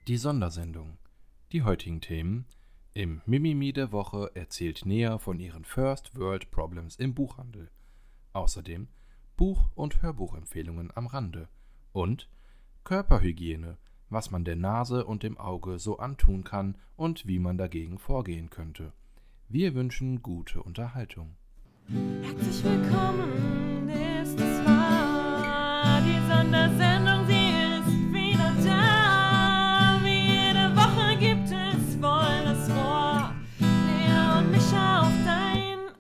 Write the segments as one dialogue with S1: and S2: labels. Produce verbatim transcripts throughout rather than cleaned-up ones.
S1: Die Sondersendung. Die heutigen Themen: Im Mimimi der Woche erzählt Nea von ihren First World Problems im Buchhandel. Außerdem Buch- und Hörbuchempfehlungen am Rande. Und Körperhygiene, was man der Nase und dem Auge so antun kann und wie man dagegen vorgehen könnte. Wir wünschen gute Unterhaltung.
S2: Herzlich willkommen, ist es wahr? Die Sondersendung, sie ist wieder da. Wie jede Woche gibt es volles Rohr. Lea und Micha auf dein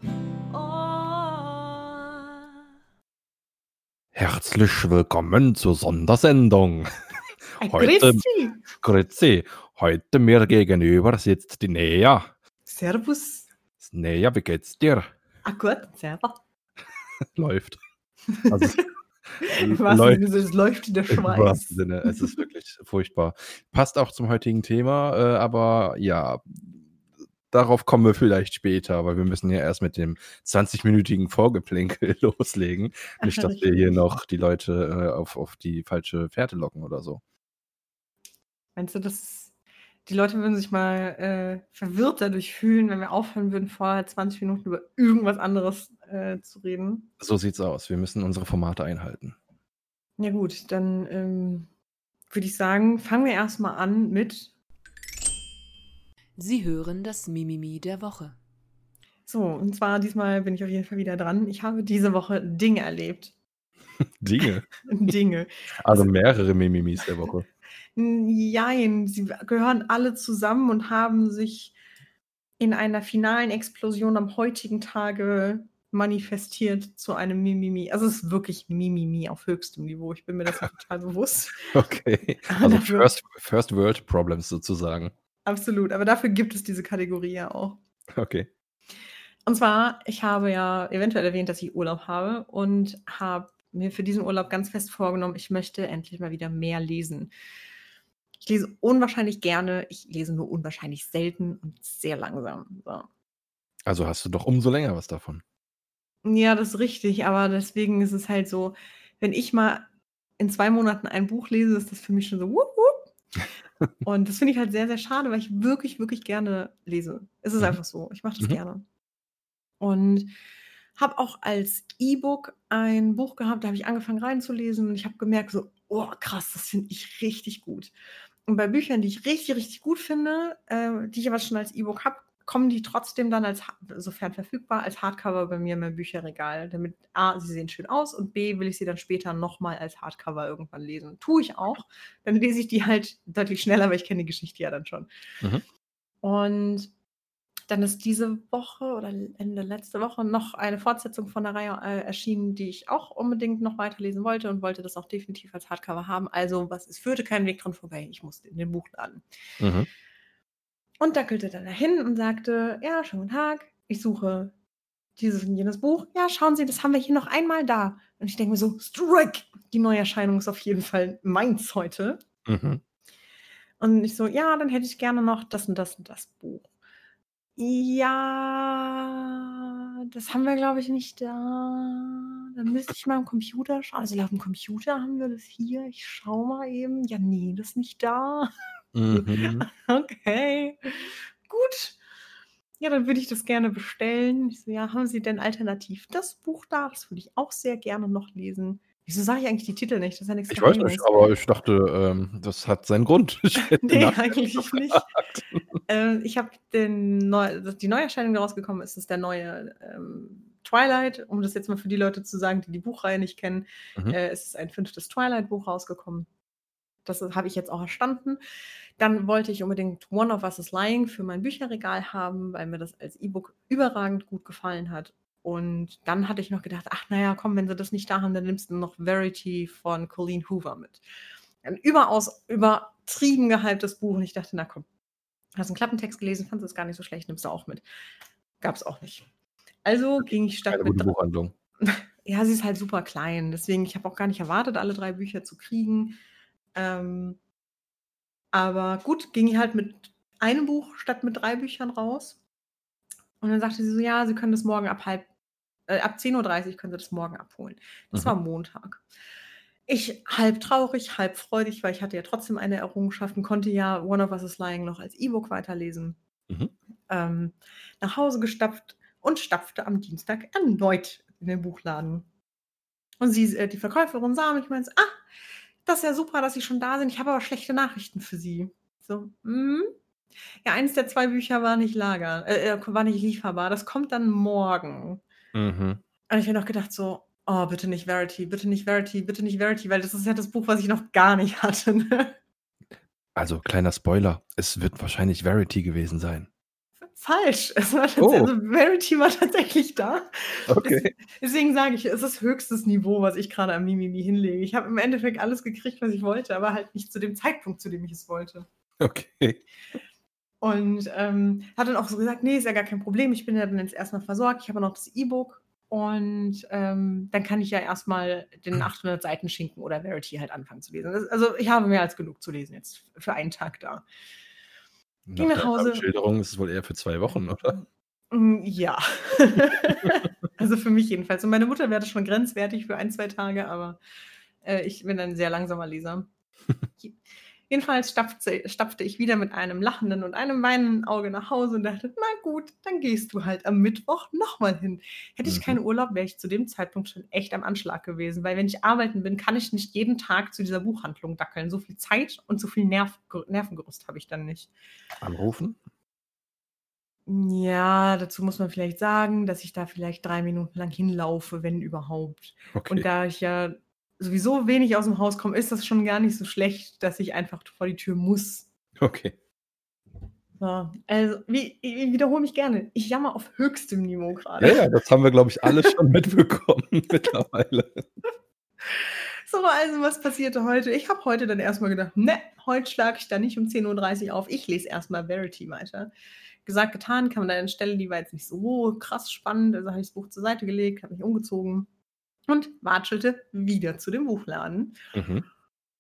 S2: Ohr.
S1: Herzlich willkommen zur Sondersendung. Heute,
S2: Grüezi.
S1: grüezi, heute mir gegenüber sitzt die Nea.
S2: Servus.
S1: Nea, wie geht's dir?
S2: Ah gut, selber.
S1: Läuft. Also,
S2: Im wahrsten
S1: läuft.
S2: Sinne, es läuft der
S1: Im wahrsten
S2: Schweiß.
S1: Sinne, es ist wirklich furchtbar. Passt auch zum heutigen Thema, äh, aber ja, darauf kommen wir vielleicht später, weil wir müssen ja erst mit dem zwanzig-minütigen Vorgeplänkel loslegen. Nicht, dass wir hier
S2: Richtig.
S1: noch die Leute äh, auf, auf die falsche Fährte locken oder so.
S2: Meinst du, dass die Leute würden sich mal äh, verwirrt dadurch fühlen, wenn wir aufhören würden, vorher zwanzig Minuten über irgendwas anderes äh, zu reden?
S1: So sieht's aus. Wir müssen unsere Formate einhalten.
S2: Ja gut, dann ähm, würde ich sagen, fangen wir erstmal an mit
S3: Sie hören das Mimimi der Woche.
S2: so, und zwar diesmal bin ich auf jeden Fall wieder dran. Ich habe diese Woche Dinge erlebt.
S1: Dinge.
S2: Dinge.
S1: Also mehrere Mimimis der Woche.
S2: Jein, sie gehören alle zusammen und haben sich in einer finalen Explosion am heutigen Tage manifestiert zu einem Mimimi. Also es ist wirklich Mimimi auf höchstem Niveau. Ich bin mir das total bewusst.
S1: Okay,
S2: Aber
S1: also
S2: dafür,
S1: First, First World Problems sozusagen.
S2: absolut, aber dafür gibt es diese Kategorie ja auch.
S1: Okay.
S2: Und zwar, ich habe ja eventuell erwähnt, dass ich Urlaub habe und habe mir für diesen Urlaub ganz fest vorgenommen, ich möchte endlich mal wieder mehr lesen. Ich lese unwahrscheinlich gerne, ich lese nur unwahrscheinlich selten und sehr langsam. So.
S1: Also hast du doch umso länger was davon.
S2: Ja, das ist richtig, aber deswegen ist es halt so, wenn ich mal in zwei Monaten ein Buch lese, ist das für mich schon so wupp, wupp. Und das finde ich halt sehr, sehr schade, weil ich wirklich, wirklich gerne lese. Es ist
S1: Mhm.
S2: einfach so. Ich mache das
S1: Mhm.
S2: gerne. Und habe auch als E-Book ein Buch gehabt, da habe ich angefangen reinzulesen und ich habe gemerkt, so, oh krass, das finde ich richtig gut. Und bei Büchern, die ich richtig, richtig gut finde, äh, die ich aber schon als E-Book habe, kommen die trotzdem dann als, sofern verfügbar, als Hardcover bei mir in mein Bücherregal. Damit A, sie sehen schön aus und B, will ich sie dann später nochmal als Hardcover irgendwann lesen. Tue ich auch. Dann lese ich die halt deutlich schneller, weil ich kenne die Geschichte ja dann schon.
S1: Mhm.
S2: Und dann ist diese Woche oder Ende letzte Woche noch eine Fortsetzung von der Reihe äh, erschienen, die ich auch unbedingt noch weiterlesen wollte und wollte das auch definitiv als Hardcover haben. Also, was es führte keinen Weg dran vorbei. Ich musste in den Buchladen.
S1: Mhm.
S2: Und dackelte dann dahin und sagte, ja, schönen guten Tag, ich suche dieses und jenes Buch. Ja, schauen Sie, das haben wir hier noch einmal da. Und ich denke mir so, Strike! Die Neuerscheinung ist auf jeden Fall meins heute.
S1: Mhm.
S2: Und ich so, ja, dann hätte ich gerne noch das und das und das Buch. Ja, das haben wir, glaube ich, nicht da. Dann müsste ich mal im Computer schauen. Also auf dem Computer haben wir das hier. Ich schaue mal eben. Ja, nee, das ist nicht da.
S1: Mhm.
S2: Okay, gut. Ja, dann würde ich das gerne bestellen. Ich so, ja, haben Sie denn alternativ das Buch da? Das würde ich auch sehr gerne noch lesen. Wieso sage ich eigentlich die Titel nicht? Das ist ja nichts
S1: Ich weiß nicht,
S2: Geheimnis.
S1: aber ich dachte, ähm, das hat seinen Grund. Ich hätte
S2: Nee,
S1: nachher
S2: eigentlich nicht.
S1: gefragt.
S2: Äh, ich habe den Neu die Neuerscheinung, die rausgekommen ist, ist der neue ähm, Twilight. Um das jetzt mal für die Leute zu sagen, die die Buchreihe nicht kennen,
S1: Mhm.
S2: äh, es ist ein fünftes Twilight-Buch rausgekommen. Das habe ich jetzt auch erstanden. Dann wollte ich unbedingt One of Us is Lying für mein Bücherregal haben, weil mir das als E-Book überragend gut gefallen hat. Und dann hatte ich noch gedacht, ach naja, komm, wenn sie das nicht da haben, dann nimmst du noch Verity von Colleen Hoover mit. Ein überaus übertrieben gehyptes Buch. Und ich dachte, na komm, hast einen Klappentext gelesen, fandest es gar nicht so schlecht, nimmst du auch mit. Gab es auch nicht. Also ging ich statt
S1: Keine
S2: mit
S1: gute
S2: drei-
S1: Buchhandlung.
S2: Ja, sie ist halt super klein. Deswegen, ich habe auch gar nicht erwartet, alle drei Bücher zu kriegen. Ähm, aber gut, ging ich halt mit einem Buch statt mit drei Büchern raus. Und dann sagte sie so, ja, sie können das morgen ab halb, äh, ab zehn Uhr dreißig können sie das morgen abholen. Das
S1: Mhm.
S2: war Montag. Ich halb traurig, halb freudig, weil ich hatte ja trotzdem eine Errungenschaft und konnte ja One of Us is Lying noch als E-Book weiterlesen.
S1: Mhm.
S2: Ähm, nach Hause gestapft und stapfte am Dienstag erneut in den Buchladen. Und sie, äh, die Verkäuferin sah mich und meinte: „Ah, das ist ja super, dass Sie schon da sind. Ich habe aber schlechte Nachrichten für Sie." So, mhm. Ja, eins der zwei Bücher war nicht lager äh, äh, war nicht lieferbar. Das kommt dann morgen.
S1: Mhm.
S2: Und ich habe noch gedacht so: „Oh, bitte nicht Verity, bitte nicht Verity, bitte nicht Verity", weil das ist ja das Buch, was ich noch gar nicht hatte, ne?
S1: Also, kleiner Spoiler, es wird wahrscheinlich Verity gewesen sein.
S2: Falsch. Es war tats
S1: Oh.
S2: also Verity war tatsächlich da. Des
S1: Okay.
S2: deswegen sage ich, es ist höchstes Niveau, was ich grade am Mimimi hinlege. Ich habe im Endeffekt alles gekriegt, was ich wollte, aber halt nicht zu dem Zeitpunkt, zu dem ich es wollte.
S1: Okay.
S2: Und, ähm, hat dann auch so gesagt: „Ne, ist ja gar kein Problem. Ich bin ja dann jetzt erst mal versorgt. Ich habe ja noch das E-Book und, ähm, dann kann ich ja erst mal den achthundert Seiten Schinken oder Verity halt anfangen zu lesen." Das also, ich habe mehr als genug zu lesen jetzt f für einen Tag da. Ging
S1: Nach
S2: nach
S1: deiner
S2: Hause
S1: Schilderung ist es wohl eher für zwei Wochen, oder?
S2: Hm, ja. Also, für mich jedenfalls. Und meine Mutter wäre das schon grenzwertig für ein, zwei Tage, aber, äh, ich bin ein sehr langsamer Leser. Je jedenfalls stapfte stapfte ich wieder mit einem lachenden und einem weinenden Auge nach Hause und dachte: „Na gut, dann gehst du halt am Mittwoch noch mal hin." Hätte ich
S1: Mhm.
S2: keinen Urlaub, wäre ich zu dem Zeitpunkt schon echt am Anschlag gewesen, weil wenn ich arbeiten bin, kann ich nicht jeden Tag zu dieser Buchhandlung dackeln. So viel Zeit und so viel Nerv Ge Nervengerüst habe ich dann nicht.
S1: Anrufen?
S2: Ja, dazu muss man vielleicht sagen, dass ich da vielleicht drei Minuten lang hinlaufe, wenn überhaupt.
S1: Okay.
S2: Und da ich ja sowieso wenig aus'm Haus komme, ist das schon gar nicht so schlecht, dass ich einfach vor die Tür muss.
S1: Okay.
S2: So, also, wie ich wiederhole mich gerne. Ich jammer auf höchstem Niveau grade.
S1: Ja, ja, das haben wir, glaube ich, alle schon mitbekommen mittlerweile.
S2: So, also, was passierte heute? Ich habe heute dann erst mal gedacht: „Ne, heute schlage ich da nicht um zehn Uhr dreißig auf. Ich lese erst mal Verity weiter." Gesagt, getan, kam an eine Stelle, die war jetzt nicht so krass spannend, also habe ich das Buch zur Seite gelegt, habe mich umgezogen und watschelte wieder zu dem Buchladen.
S1: Mhm.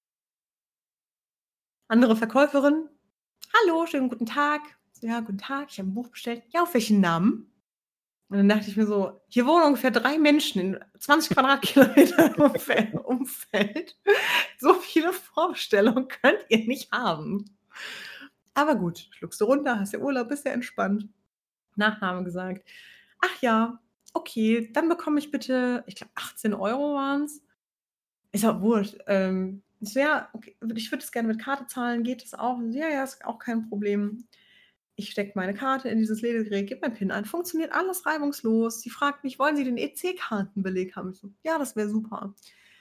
S2: Andere Verkäuferin: „Hallo, schönen guten Tag." So: „Ja, guten Tag, ich habe 'n Buch bestellt." „Ja, auf welchen Namen?" Und dann dachte ich mir so: „Hier wohnen ungefähr drei Menschen in zwanzig Quadratkilometer Umfe Umfeld. So viele Vorbestellungen könnt ihr nicht haben." Aber gut, schluckst du runter, hast ja Urlaub, bist ja entspannt. Nachname gesagt: „Ach ja, okay, dann bekomme ich bitte" ich glaube achtzehn Euro waren's. Ich sage: „Wurscht." Ähm, ich so: „Ja, okay, ich würde es gerne mit Karte zahlen. Geht das auch?" Und sie: „Ja, ja, ist auch kein Problem." Ich stecke meine Karte in dieses Lesegerät, gebe meinen PIN ein, funktioniert alles reibungslos. Sie fragt mich: „Wollen Sie den E C-Kartenbeleg haben?" Ich so: „Ja, das wäre super."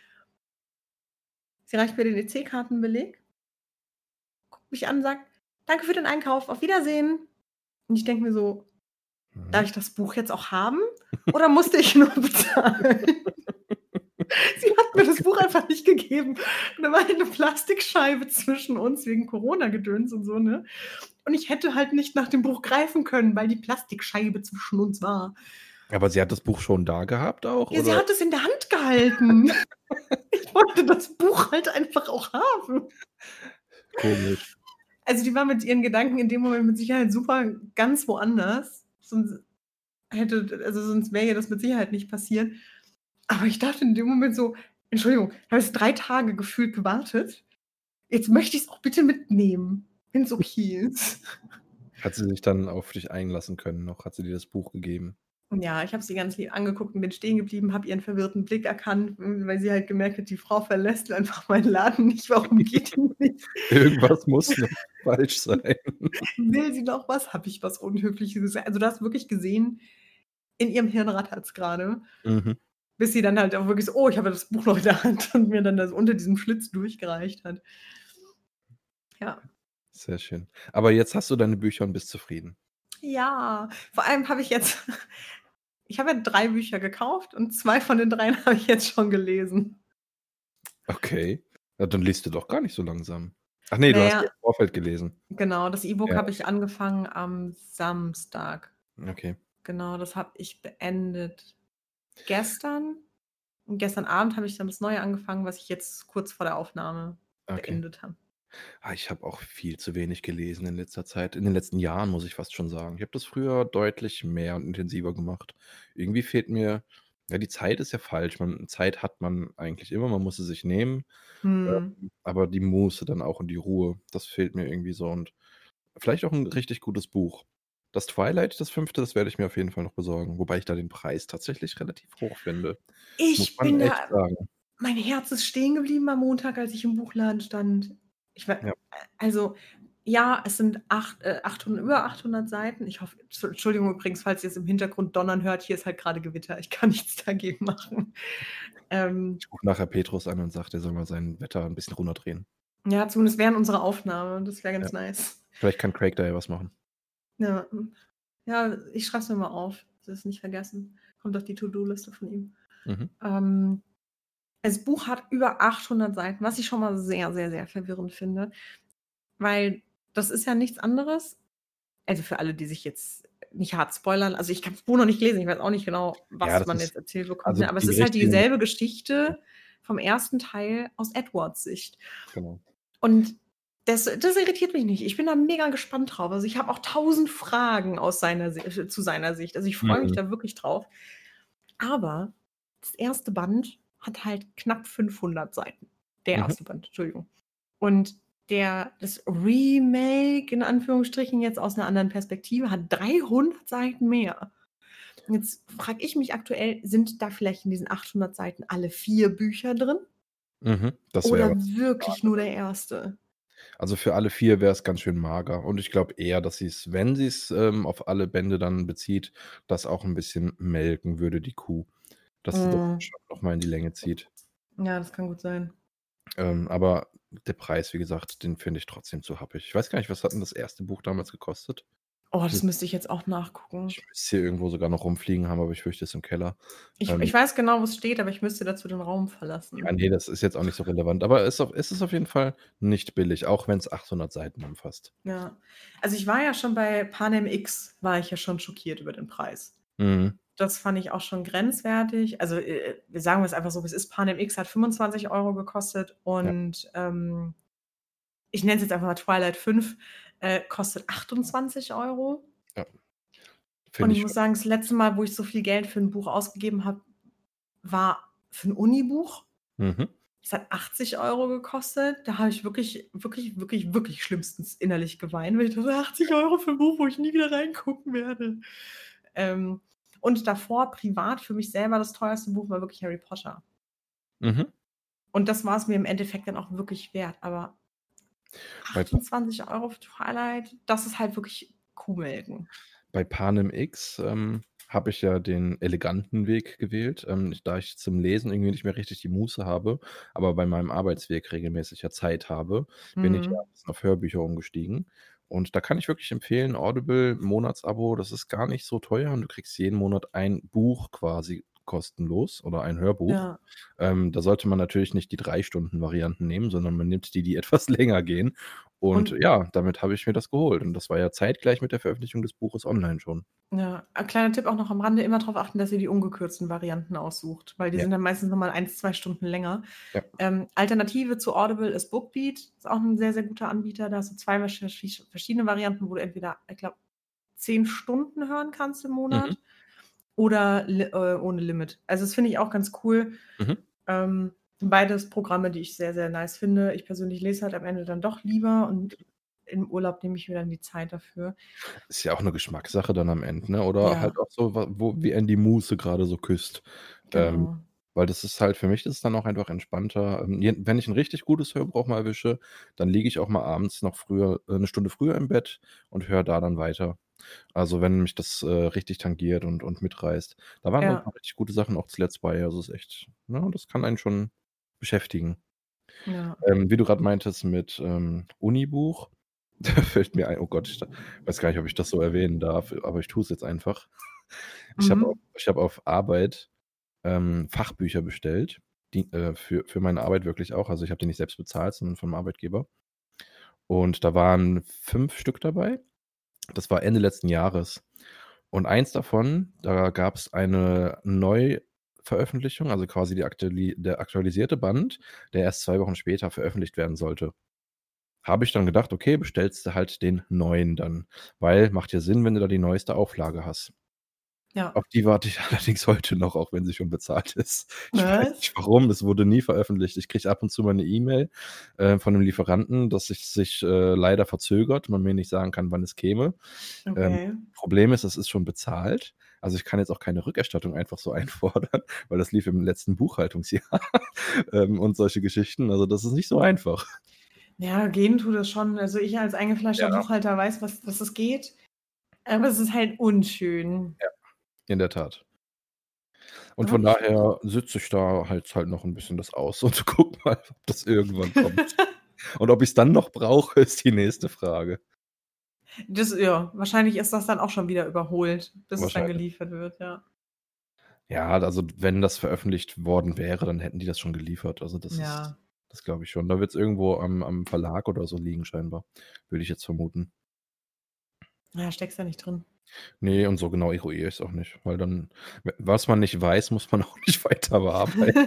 S2: Sie reicht mir den E C-Kartenbeleg guckt mich an, sagt: „Danke für den Einkauf, auf Wiedersehen." Und ich denke mir so: „Darf
S1: Mhm.
S2: ich das Buch jetzt auch haben oder musste ich nur bezahlen?" Sie hat mir das Buch einfach nicht gegeben. Und da war halt 'ne Plastikscheibe zwischen uns wegen Corona-Gedöns und so, ne? Und ich hätte halt nicht nach dem Buch greifen können, weil die Plastikscheibe zwischen uns war.
S1: Aber sie hat das Buch schon da gehabt auch,
S2: Ja, sie
S1: oder?
S2: hat es in der Hand gehalten. Ich wollte das Buch halt einfach auch haben.
S1: Komisch.
S2: Also, die war mit ihren Gedanken in dem Moment mit Sicherheit super ganz woanders. Sonst hätte also, sonst wäre ihr das mit Sicherheit nicht passiert. Aber ich dachte in dem Moment so: „Entschuldigung, habe jetzt drei Tage gefühlt gewartet. Jetzt möchte ich's auch bitte mitnehmen, wenn's okay ist."
S1: Hat sie sich dann auf dich einlassen können noch? Hat sie dir das Buch gegeben?
S2: Ja, ich habe sie ganz lieb angeguckt und bin stehen geblieben, habe ihren verwirrten Blick erkannt, hm, weil sie halt gemerkt hat, die Frau verlässt einfach meinen Laden nicht. Warum geht die nicht?
S1: Irgendwas muss noch falsch sein.
S2: Will sie noch was? Habe ich was Unhöfliches gesagt? Also, du hast wirklich gesehen, in ihrem Hirn rattert's grade.
S1: Mhm.
S2: Bis sie dann halt auch wirklich so: „Oh, ich habe ja das Buch noch in der Hand" und mir dann das unter diesem Schlitz durchgereicht hat. Ja.
S1: Sehr schön. Aber jetzt hast du deine Bücher und bist zufrieden?
S2: Ja, vor allem habe ich jetzt ich habe ja drei Bücher gekauft und zwei von den dreien habe ich jetzt schon gelesen.
S1: Okay. Ja, dann liest du doch gar nicht so langsam. Ach ne,
S2: Na
S1: du hast die
S2: ja
S1: im Vorfeld gelesen.
S2: genau, das E-Book
S1: Ja.
S2: habe ich angefangen am Samstag.
S1: Okay.
S2: Genau, das habe ich beendet gestern. Und gestern Abend habe ich dann das Neue angefangen, was ich jetzt kurz vor der Aufnahme
S1: Okay.
S2: beendet habe.
S1: Ah, ich habe auch viel zu wenig gelesen in letzter Zeit. In den letzten Jahren, muss ich fast schon sagen. Ich habe das früher deutlich mehr und intensiver gemacht. Irgendwie fehlt mir Ja, die Zeit ist ja falsch. Man Zeit hat man eigentlich immer, man muss sie sich nehmen,
S2: Mhm.
S1: ähm, aber die Muße dann auch und die Ruhe, das fehlt mir irgendwie so und vielleicht auch 'n richtig gutes Buch. Das Twilight, das fünfte, das werde ich mir auf jeden Fall noch besorgen, wobei ich da den Preis tatsächlich relativ hoch finde. Muss
S2: Ich
S1: man
S2: bin
S1: echt
S2: da
S1: sagen.
S2: mein Herz ist stehen geblieben am Montag, als ich im Buchladen stand. Ich war
S1: Ja.
S2: also, ja, es sind acht äh, achthundert über achthundert Seiten. Ich hoffe Entschu Entschuldigung übrigens, falls ihr es im Hintergrund donnern hört, hier ist halt grade Gewitter. Ich kann nichts dagegen machen. Ähm
S1: Ich rufe nachher Petrus an und sage, der soll mal sein Wetter 'n bisschen runterdrehen.
S2: Ja, zumindest während unserer Aufnahme, das wäre
S1: Ja.
S2: ganz nice.
S1: Vielleicht kann Craig da ja was machen.
S2: Ja, hm. Ja, ich schreibe es mir mal auf, dass ich's nicht vergessen. Kommt auf die To-do-Liste von ihm.
S1: Mhm.
S2: Ähm, das Buch hat über achthundert Seiten, was ich schon mal sehr, sehr, sehr verwirrend finde, weil das ist ja nichts anderes also, für alle, die sich jetzt nicht hart spoilern also, ich habe das Buch noch nicht gelesen, ich weiß auch nicht genau,
S1: Ja,
S2: was
S1: das
S2: man
S1: ist
S2: jetzt erzählt bekommt,
S1: also,
S2: ne? Aber es
S1: die
S2: ist halt
S1: richtigen
S2: dieselbe Geschichte vom ersten Teil aus Edwards Sicht.
S1: Genau.
S2: Und das das irritiert mich nicht. Ich bin da mega gespannt drauf. Also, ich habe auch tausend Fragen aus seiner Si äh, zu seiner Sicht. Also, ich freue mich
S1: Mhm.
S2: da wirklich drauf. Aber das erste Band hat halt knapp fünfhundert Seiten. Der
S1: Mhm.
S2: erste Band, Entschuldigung. Und der das Remake in Anführungsstrichen jetzt aus 'ner anderen Perspektive hat dreihundert Seiten mehr. Und jetzt frage ich mich aktuell, sind da vielleicht in diesen achthundert Seiten alle vier Bücher drin?
S1: Mhm, das wäre
S2: Oder
S1: was
S2: wirklich nur der erste?
S1: Also, für alle vier wär's ganz schön mager und ich glaube eher, dass sie's, wenn sie's, ähm, auf alle Bände dann bezieht, das auch 'n bisschen melken würde, die Kuh, dass sie das
S2: Mhm.
S1: schon noch mal in die Länge zieht.
S2: Ja, das kann gut sein.
S1: Ähm, aber der Preis, wie gesagt, den finde ich trotzdem zu happig. Ich weiß gar nicht, was hat 'n das erste Buch damals gekostet?
S2: Oh,
S1: Ich
S2: das
S1: müs
S2: müsste ich jetzt auch nachgucken.
S1: ich müsste es hier irgendwo sogar noch rumfliegen haben, aber ich fürchte, es ist im Keller.
S2: Ich
S1: Ähm
S2: ich weiß genau, wo's steht, aber ich müsste dazu den Raum
S1: Ja,
S2: verlassen.
S1: ne, das ist jetzt auch nicht so relevant, aber ist auf es ist auf jeden Fall nicht billig, auch wenn's achthundert Seiten umfasst.
S2: Ja. Also, ich war ja schon bei Panem X war ich ja schon schockiert über den Preis.
S1: Mhm.
S2: Das fand ich auch schon grenzwertig. Also, äh, äh, sagen wir's einfach so, wie's ist. Panem X hat fünfundzwanzig Euro gekostet
S1: Ja.
S2: und, ähm, ich nenne es jetzt einfach mal Twilight fünf, äh, kostet achtundzwanzig Euro.
S1: Ja.
S2: Und
S1: Finde
S2: ich
S1: ich
S2: muss
S1: schon.
S2: sagen, das letzte Mal, wo ich so viel Geld für 'n Buch ausgegeben habe, war für 'n Unibuch.
S1: Mhm.
S2: Das hat achtzig Euro gekostet. Da habe ich wirklich, wirklich, wirklich, wirklich schlimmstens innerlich geweint, weil ich dachte: „achtzig Euro für 'n Buch, wo ich nie wieder reingucken werde.“ Ähm, und davor privat für mich selber das teuerste Buch war wirklich Harry Potter.
S1: Mhm.
S2: Und das war's mir im Endeffekt dann auch wirklich wert, aber
S1: Bei Pa
S2: achtundzwanzig Euro für Twilight, das ist halt wirklich Kuhmelken.
S1: Bei Panem X, ähm, habe ich ja den eleganten Weg gewählt, ähm, da ich zum Lesen irgendwie nicht mehr richtig die Muße habe, aber bei meinem Arbeitsweg regelmäßig ja Zeit habe, bin ich ja
S2: Mhm.
S1: auf Hörbücher umgestiegen. Und da kann ich wirklich empfehlen, Audible Monatsabo, das ist gar nicht so teuer und du kriegst jeden Monat ein Buch quasi kostenlos oder ein Hörbuch.
S2: Ja.
S1: Ähm, da sollte man natürlich nicht die drei Stunden Varianten nehmen, sondern man nimmt die, die etwas länger gehen. Und
S2: Und
S1: ja, damit habe ich mir das geholt und das war ja zeitgleich mit der Veröffentlichung des Buches online schon.
S2: Ja, ein kleiner Tipp auch noch am Rande, immer drauf achten, dass ihr die ungekürzten Varianten aussucht, weil die
S1: Ja.
S2: sind dann meistens noch mal eins, zwei Stunden länger.
S1: Ja.
S2: Ähm, Alternative zu Audible ist Bookbeat, ist auch 'n sehr, sehr guter Anbieter. Da hast du zwei verschisch verschiedene Varianten, wo du entweder, ich glaube, zehn Stunden hören kannst im
S1: Mhm.
S2: Monat oder li äh, ohne Limit. Also, das finde ich auch ganz cool.
S1: Mhm.
S2: Ähm, beides Programme, die ich sehr, sehr nice finde. Ich persönlich lese halt am Ende dann doch lieber und im Urlaub nehme ich mir dann die Zeit dafür.
S1: Ist ja auch 'ne Geschmackssache dann am Ende, ne? Oder halt
S2: Ja.
S1: auch so, wa wo wie einen die Muße grade so küsst. Ähm,
S2: Genau.
S1: weil das ist halt für mich ist es dann auch einfach entspannter. Ähm, je wenn ich 'n richtig gutes Hörbuch mal erwische, dann liege ich auch mal abends noch früher äh, 'ne Stunde früher im Bett und höre da dann weiter. Also, wenn mich das, äh, richtig tangiert und und mitreißt. Da waren so 'n
S2: Ja.
S1: paar richtig gute Sachen auch zuletzt bei. Also, ist echt ne, das kann einen schon beschäftigen.
S2: Ja.
S1: Ähm, wie du grad meintest mit, ähm, Unibuch, da fällt mir ein oh Gott, ich weiß gar nicht, ob ich das so erwähnen darf, aber ich tue es jetzt einfach. Ich habe auf
S2: Mhm.
S1: ich habe auf Arbeit, ähm, Fachbücher bestellt, die äh, für für meine Arbeit wirklich auch. Also, ich habe die nicht selbst bezahlt, sondern vom Arbeitgeber. Und da waren fünf Stück dabei. Das war Ende letzten Jahres. Und eins davon, da gab's eine Neuveröffentlichung, also, quasi die aktuali der aktualisierte Band, der erst zwei Wochen später veröffentlicht werden sollte. Habe ich dann gedacht: „Okay, bestellst du halt den neuen dann“, weil macht ja Sinn, wenn du da die neueste Auflage hast.
S2: Ja.
S1: Auf die warte ich allerdings heute noch, auch wenn sie schon bezahlt ist. Ich weiß
S2: Was?
S1: nicht warum, es wurde nie veröffentlicht. Ich kriege ab und zu mal 'ne E-Mail, äh, von 'nem Lieferanten, dass sich sich, äh, leider verzögert, man mir nicht sagen kann, wann es käme. Ähm,
S2: Okay.
S1: Problem ist, es ist schon bezahlt. Also, ich kann jetzt auch keine Rückerstattung einfach so einfordern, weil das lief im letzten Buchhaltungsjahr, ähm, und solche Geschichten. Also, das ist nicht so einfach.
S2: Ja, gehen tut es schon. Also, ich als eingefleischter
S1: Ja.
S2: Buchhalter weiß, was was es geht, aber es ist halt unschön.
S1: Ja, in der Tat. Und
S2: Aber
S1: von
S2: ich
S1: daher sitze ich da, halte halt noch 'n bisschen das aus und gucke mal, ob das irgendwann kommt. Und ob ich's dann noch brauche, ist die nächste Frage.
S2: Das ja, wahrscheinlich ist das dann auch schon wieder überholt, bis es dann
S1: Wahrscheinlich.
S2: geliefert wird, ja.
S1: Ja, also, wenn das veröffentlicht worden wäre, dann hätten die das schon geliefert. Also, das ist
S2: Ja.
S1: das glaube ich schon. Da wird's irgendwo am am Verlag oder so liegen scheinbar, würde ich jetzt vermuten.
S2: Ja, steckst ja nicht drin.
S1: Ne, und so genau eruiere ich's auch nicht, weil dann w was man nicht weiß, muss man auch nicht weiter bearbeiten.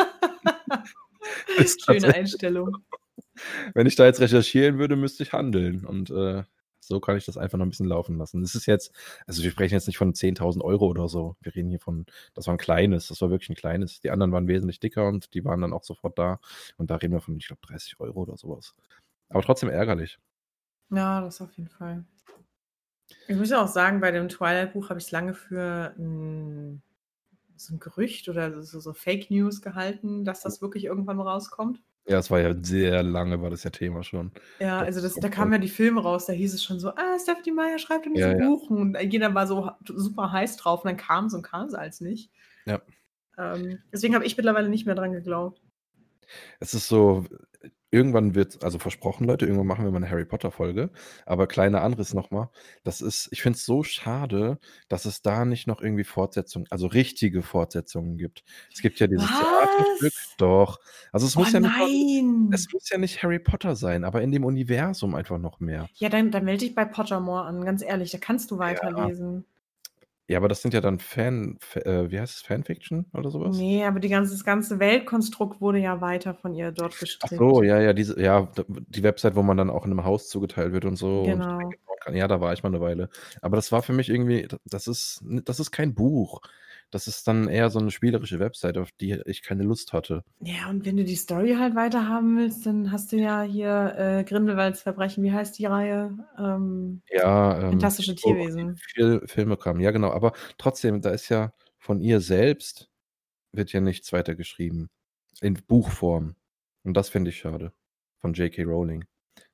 S1: Ist
S2: Schöne
S1: tatsächlich
S2: Einstellung.
S1: so. Wenn ich da jetzt recherchieren würde, müsste ich handeln und, äh, so kann ich das einfach noch 'n bisschen laufen lassen. Das ist jetzt also, wir sprechen jetzt nicht von zehntausend Euro oder so. Wir reden hier von das war 'n kleines, das war wirklich 'n kleines. Die anderen waren wesentlich dicker und die waren dann auch sofort da. Und da reden wir von, ich glaube, dreißig Euro oder so was. Aber trotzdem ärgerlich.
S2: Ja, das auf jeden Fall. Ich muss ja auch sagen, bei dem Twilight-Buch habe ich's lange für 'n so 'n Gerücht oder so so Fake News gehalten, dass das wirklich irgendwann rauskommt.
S1: Ja, es war ja sehr lange war das ja Thema schon.
S2: Ja,
S1: Das
S2: also,
S1: ist
S2: das
S1: so
S2: da
S1: voll
S2: kamen ja die Filme raus, da hieß es schon so: „Ah, Stephenie Meyer schreibt an
S1: Ja,
S2: diesem
S1: ja.
S2: Buch.“ Und jeder war so ha super heiß drauf und dann kam's und kam's als nicht.
S1: Ja.
S2: Ähm, deswegen habe ich mittlerweile nicht mehr dran geglaubt.
S1: Es ist so, irgendwann wird also, versprochen, Leute, irgendwann machen wir mal 'ne Harry-Potter-Folge. Aber kleiner Anriss noch mal. Das ist ich finde es so schade, dass es da nicht noch irgendwie Fortsetzungen also, richtige Fortsetzungen gibt. Es gibt ja dieses Theaterstück
S2: Was?
S1: doch. Also, es
S2: Oh
S1: muss ja nicht mal es
S2: nein.
S1: muss ja nicht Harry Potter sein, aber in dem Universum einfach noch mehr.
S2: Ja, dann dann melde dich bei Pottermore an, ganz ehrlich, da kannst du
S1: Ja.
S2: weiterlesen.
S1: Ja, aber das sind ja dann Fan F äh, wie heißt es, Fanfiction oder so was?
S2: Ne, aber die ganze das ganze Weltkonstrukt wurde ja weiter von ihr dort
S1: Ach so,
S2: gestrickt.
S1: ja, ja, diese ja, d die Website, wo man dann auch in 'nem Haus zugeteilt wird und so und
S2: Genau.
S1: eingebaut kann. Ja, da war ich mal 'ne Weile. Aber das war für mich irgendwie d das ist n das ist kein Buch. Das ist dann eher so 'ne spielerische Website, auf die ich keine Lust hatte.
S2: Ja, und wenn du die Story halt weiterhaben willst, dann hast du ja hier, äh, Grindelwalds Verbrechen. Wie heißt die Reihe? Ähm,
S1: Ja, ähm,
S2: Fantastische
S1: wo die
S2: Tierwesen.
S1: Fil Filme kamen. Ja, genau. Aber trotzdem, da ist ja von ihr selbst wird ja nichts weiter geschrieben in Buchform. Und das finde ich schade von J K Rowling.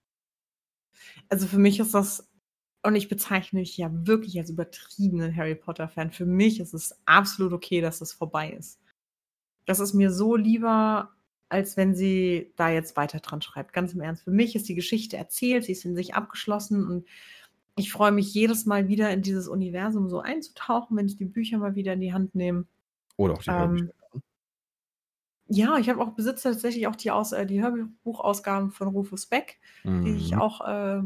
S2: Also, für mich ist das und ich bezeichne mich ja wirklich als übertriebenen Harry-Potter-Fan. Für mich ist es absolut okay, dass das vorbei ist. Das ist mir so lieber, als wenn sie da jetzt weiter dran schreibt. Ganz im Ernst. Für mich ist die Geschichte erzählt, sie ist in sich abgeschlossen und ich freue mich jedes Mal wieder in dieses Universum so einzutauchen, wenn ich die Bücher mal wieder in die Hand nehme.
S1: Oder auch die Hörbücher,
S2: Ähm
S1: ne?
S2: Ja, ich habe auch besitze tatsächlich auch die Aus äh, die Hörbuchausgaben von Rufus Beck, die ich
S1: Mhm.
S2: auch, äh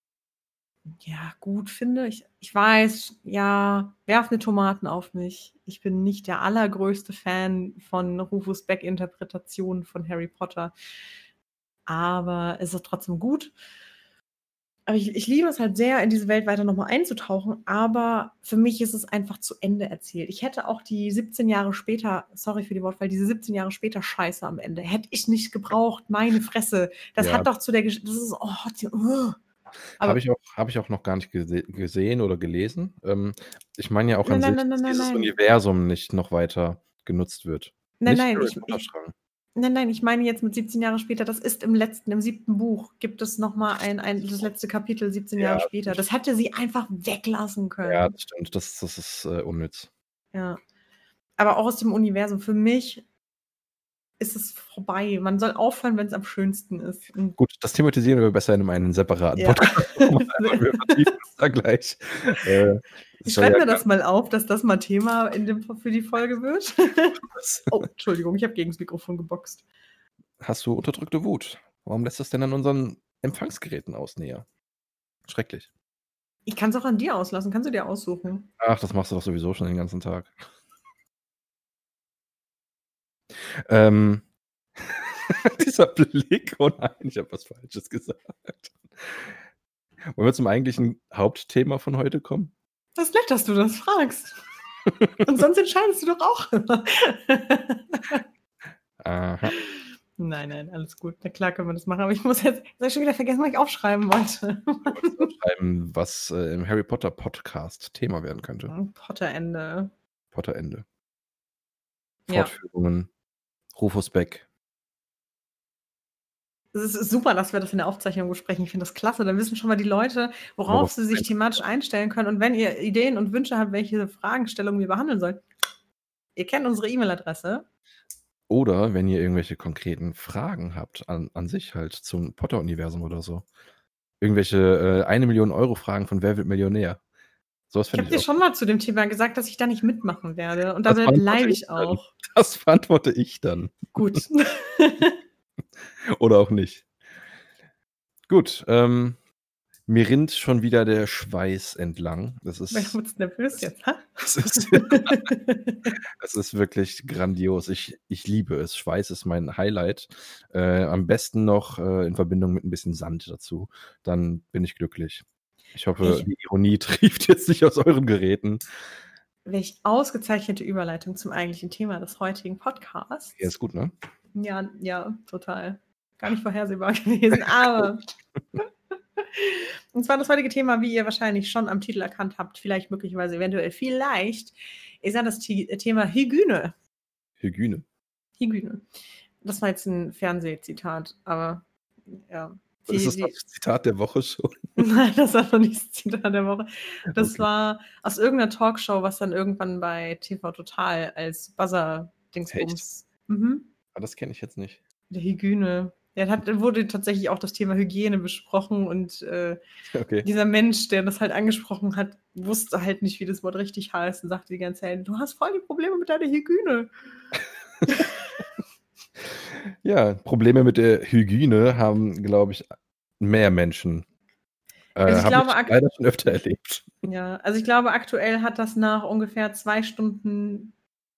S2: ja, gut finde. Ich ich weiß, ja, werf 'ne Tomaten auf mich. Ich bin nicht der allergrößte Fan von Rufus Beck-Interpretationen von Harry Potter. Aber es ist trotzdem gut. Aber ich ich liebe es halt sehr, in diese Welt weiter noch mal einzutauchen, aber für mich ist es einfach zu Ende erzählt. Ich hätte auch die siebzehn Jahre später sorry für die Wortwahl, diese siebzehn Jahre später Scheiße am Ende hätte ich nicht gebraucht, meine Fresse. Das
S1: Ja.
S2: hat doch zu der Gesch das ist oh, die
S1: Habe
S2: aber
S1: ich auch habe ich auch noch gar nicht gese gesehen oder gelesen. Ähm, ich meine ja auch
S2: Nein,
S1: an
S2: nein,
S1: sich,
S2: nein,
S1: dass
S2: nein, nein,
S1: dieses
S2: nein.
S1: Universum nicht noch weiter genutzt wird.
S2: Nein,
S1: Nicht
S2: nein,
S1: Harry
S2: ich
S1: Potter
S2: ich
S1: Strang.
S2: nein, nein, ich meine jetzt mit siebzehn Jahre später, das ist im letzten im siebten Buch gibt es noch mal ein ein das letzte Kapitel siebzehn
S1: Ja,
S2: Jahre
S1: das
S2: später.
S1: stimmt.
S2: Das hätte sie einfach weglassen
S1: Ja,
S2: können.
S1: das stimmt. Das das ist, äh, unnütz.
S2: Ja. Aber auch aus dem Universum. Für mich ist es vorbei. Man soll aufhören, wenn's am schönsten ist. Und
S1: Gut, das thematisieren wir besser in einem separaten
S2: Ja.
S1: Podcast noch mal einmal. Wir vertiefen uns da gleich. Äh, es
S2: Ich
S1: soll
S2: schreibe
S1: ja
S2: mir
S1: gar
S2: das mal auf, dass das mal Thema in dem für die Folge wird.
S1: Was?
S2: Oh, Entschuldigung, ich habe gegens Mikrofon geboxt.
S1: Hast du unterdrückte Wut? Warum lässt das denn an unseren Empfangsgeräten aus, Nea? Schrecklich.
S2: Ich kann's auch an dir auslassen. Kannst du dir aussuchen.
S1: Ach, das machst du doch sowieso schon den ganzen Tag. Ähm, dieser Blick. Oh nein, ich habe was Falsches gesagt. Wollen wir zum eigentlichen Hauptthema von heute kommen?
S2: Das ist nett, dass du das fragst. Und sonst entscheidest du doch auch immer.
S1: Aha.
S2: Nein, nein, alles gut. Na klar können wir das machen. Aber ich muss jetzt, jetzt hab ich schon wieder vergessen, was ich aufschreiben wollte.
S1: Du wolltest aufschreiben, was äh, im Harry Potter Podcast Thema werden könnte.
S2: Potterende.
S1: Potterende.
S2: Ja.
S1: Fortführungen. Rufus Beck.
S2: Es ist super, dass wir das in der Aufzeichnung besprechen. Ich finde das klasse. Dann wissen schon mal die Leute, worauf
S1: Worauf
S2: sie sich
S1: ein-
S2: thematisch einstellen können. Und wenn ihr Ideen und Wünsche habt, welche Fragestellungen wir behandeln sollen, ihr kennt unsere E-Mail-Adresse.
S1: Oder wenn ihr irgendwelche konkreten Fragen habt an, an sich halt zum Potter-Universum oder so. Irgendwelche äh, eine Million Euro Fragen von Wer wird Millionär? Sowas
S2: Ich
S1: fände
S2: habe
S1: ich
S2: dir
S1: auch.
S2: schon mal zu dem Thema gesagt, dass ich da nicht mitmachen werde. Und
S1: Das
S2: damit
S1: beantworte
S2: bleibe
S1: ich
S2: ich
S1: dann.
S2: auch.
S1: Das beantworte ich dann.
S2: Gut.
S1: Oder auch nicht. Gut, ähm, mir rinnt schon wieder der Schweiß entlang. Das
S2: Ich bin
S1: ist,
S2: jetzt nervös jetzt, ha?
S1: das ist, das ist wirklich grandios. Ich, ich liebe es. Schweiß ist mein Highlight. Äh, am besten noch äh, in Verbindung mit ein bisschen Sand dazu. Dann bin ich glücklich. Ich hoffe,
S2: Ich-
S1: die Ironie trieft jetzt nicht aus euren Geräten.
S2: Welch ausgezeichnete Überleitung zum eigentlichen Thema des heutigen Podcasts.
S1: Ja, ist gut, ne?
S2: Ja, ja, total. Gar nicht vorhersehbar gewesen, aber. Und zwar das heutige Thema, wie ihr wahrscheinlich schon am Titel erkannt habt, vielleicht möglicherweise eventuell vielleicht, ist ja das T- Thema Hygiene.
S1: Hygiene.
S2: Hygiene. Das war jetzt ein Fernsehzitat, aber ja. Die,
S1: Ist das
S2: die,
S1: das Zitat der Woche schon?
S2: Nein, das war noch nicht das Zitat der Woche. Das
S1: Okay.
S2: war aus irgendeiner Talkshow, was dann irgendwann bei T V Total als Buzzer-Dingsbums. Mhm.
S1: Ah, das kenne ich jetzt nicht.
S2: Der Hygiene. Ja, hat, wurde tatsächlich auch das Thema Hygiene besprochen und äh,
S1: Okay.
S2: dieser Mensch, der das halt angesprochen hat, wusste halt nicht, wie das Wort richtig heißt und sagte die ganze Zeit, du hast voll die Probleme mit deiner Hygiene.
S1: Ja, Probleme mit der Hygiene haben, glaube ich, mehr Menschen. Äh,
S2: Also ich
S1: habe
S2: glaube,
S1: ich
S2: ak-
S1: leider schon öfter erlebt.
S2: Ja, also ich glaube, aktuell hat das nach ungefähr zwei Stunden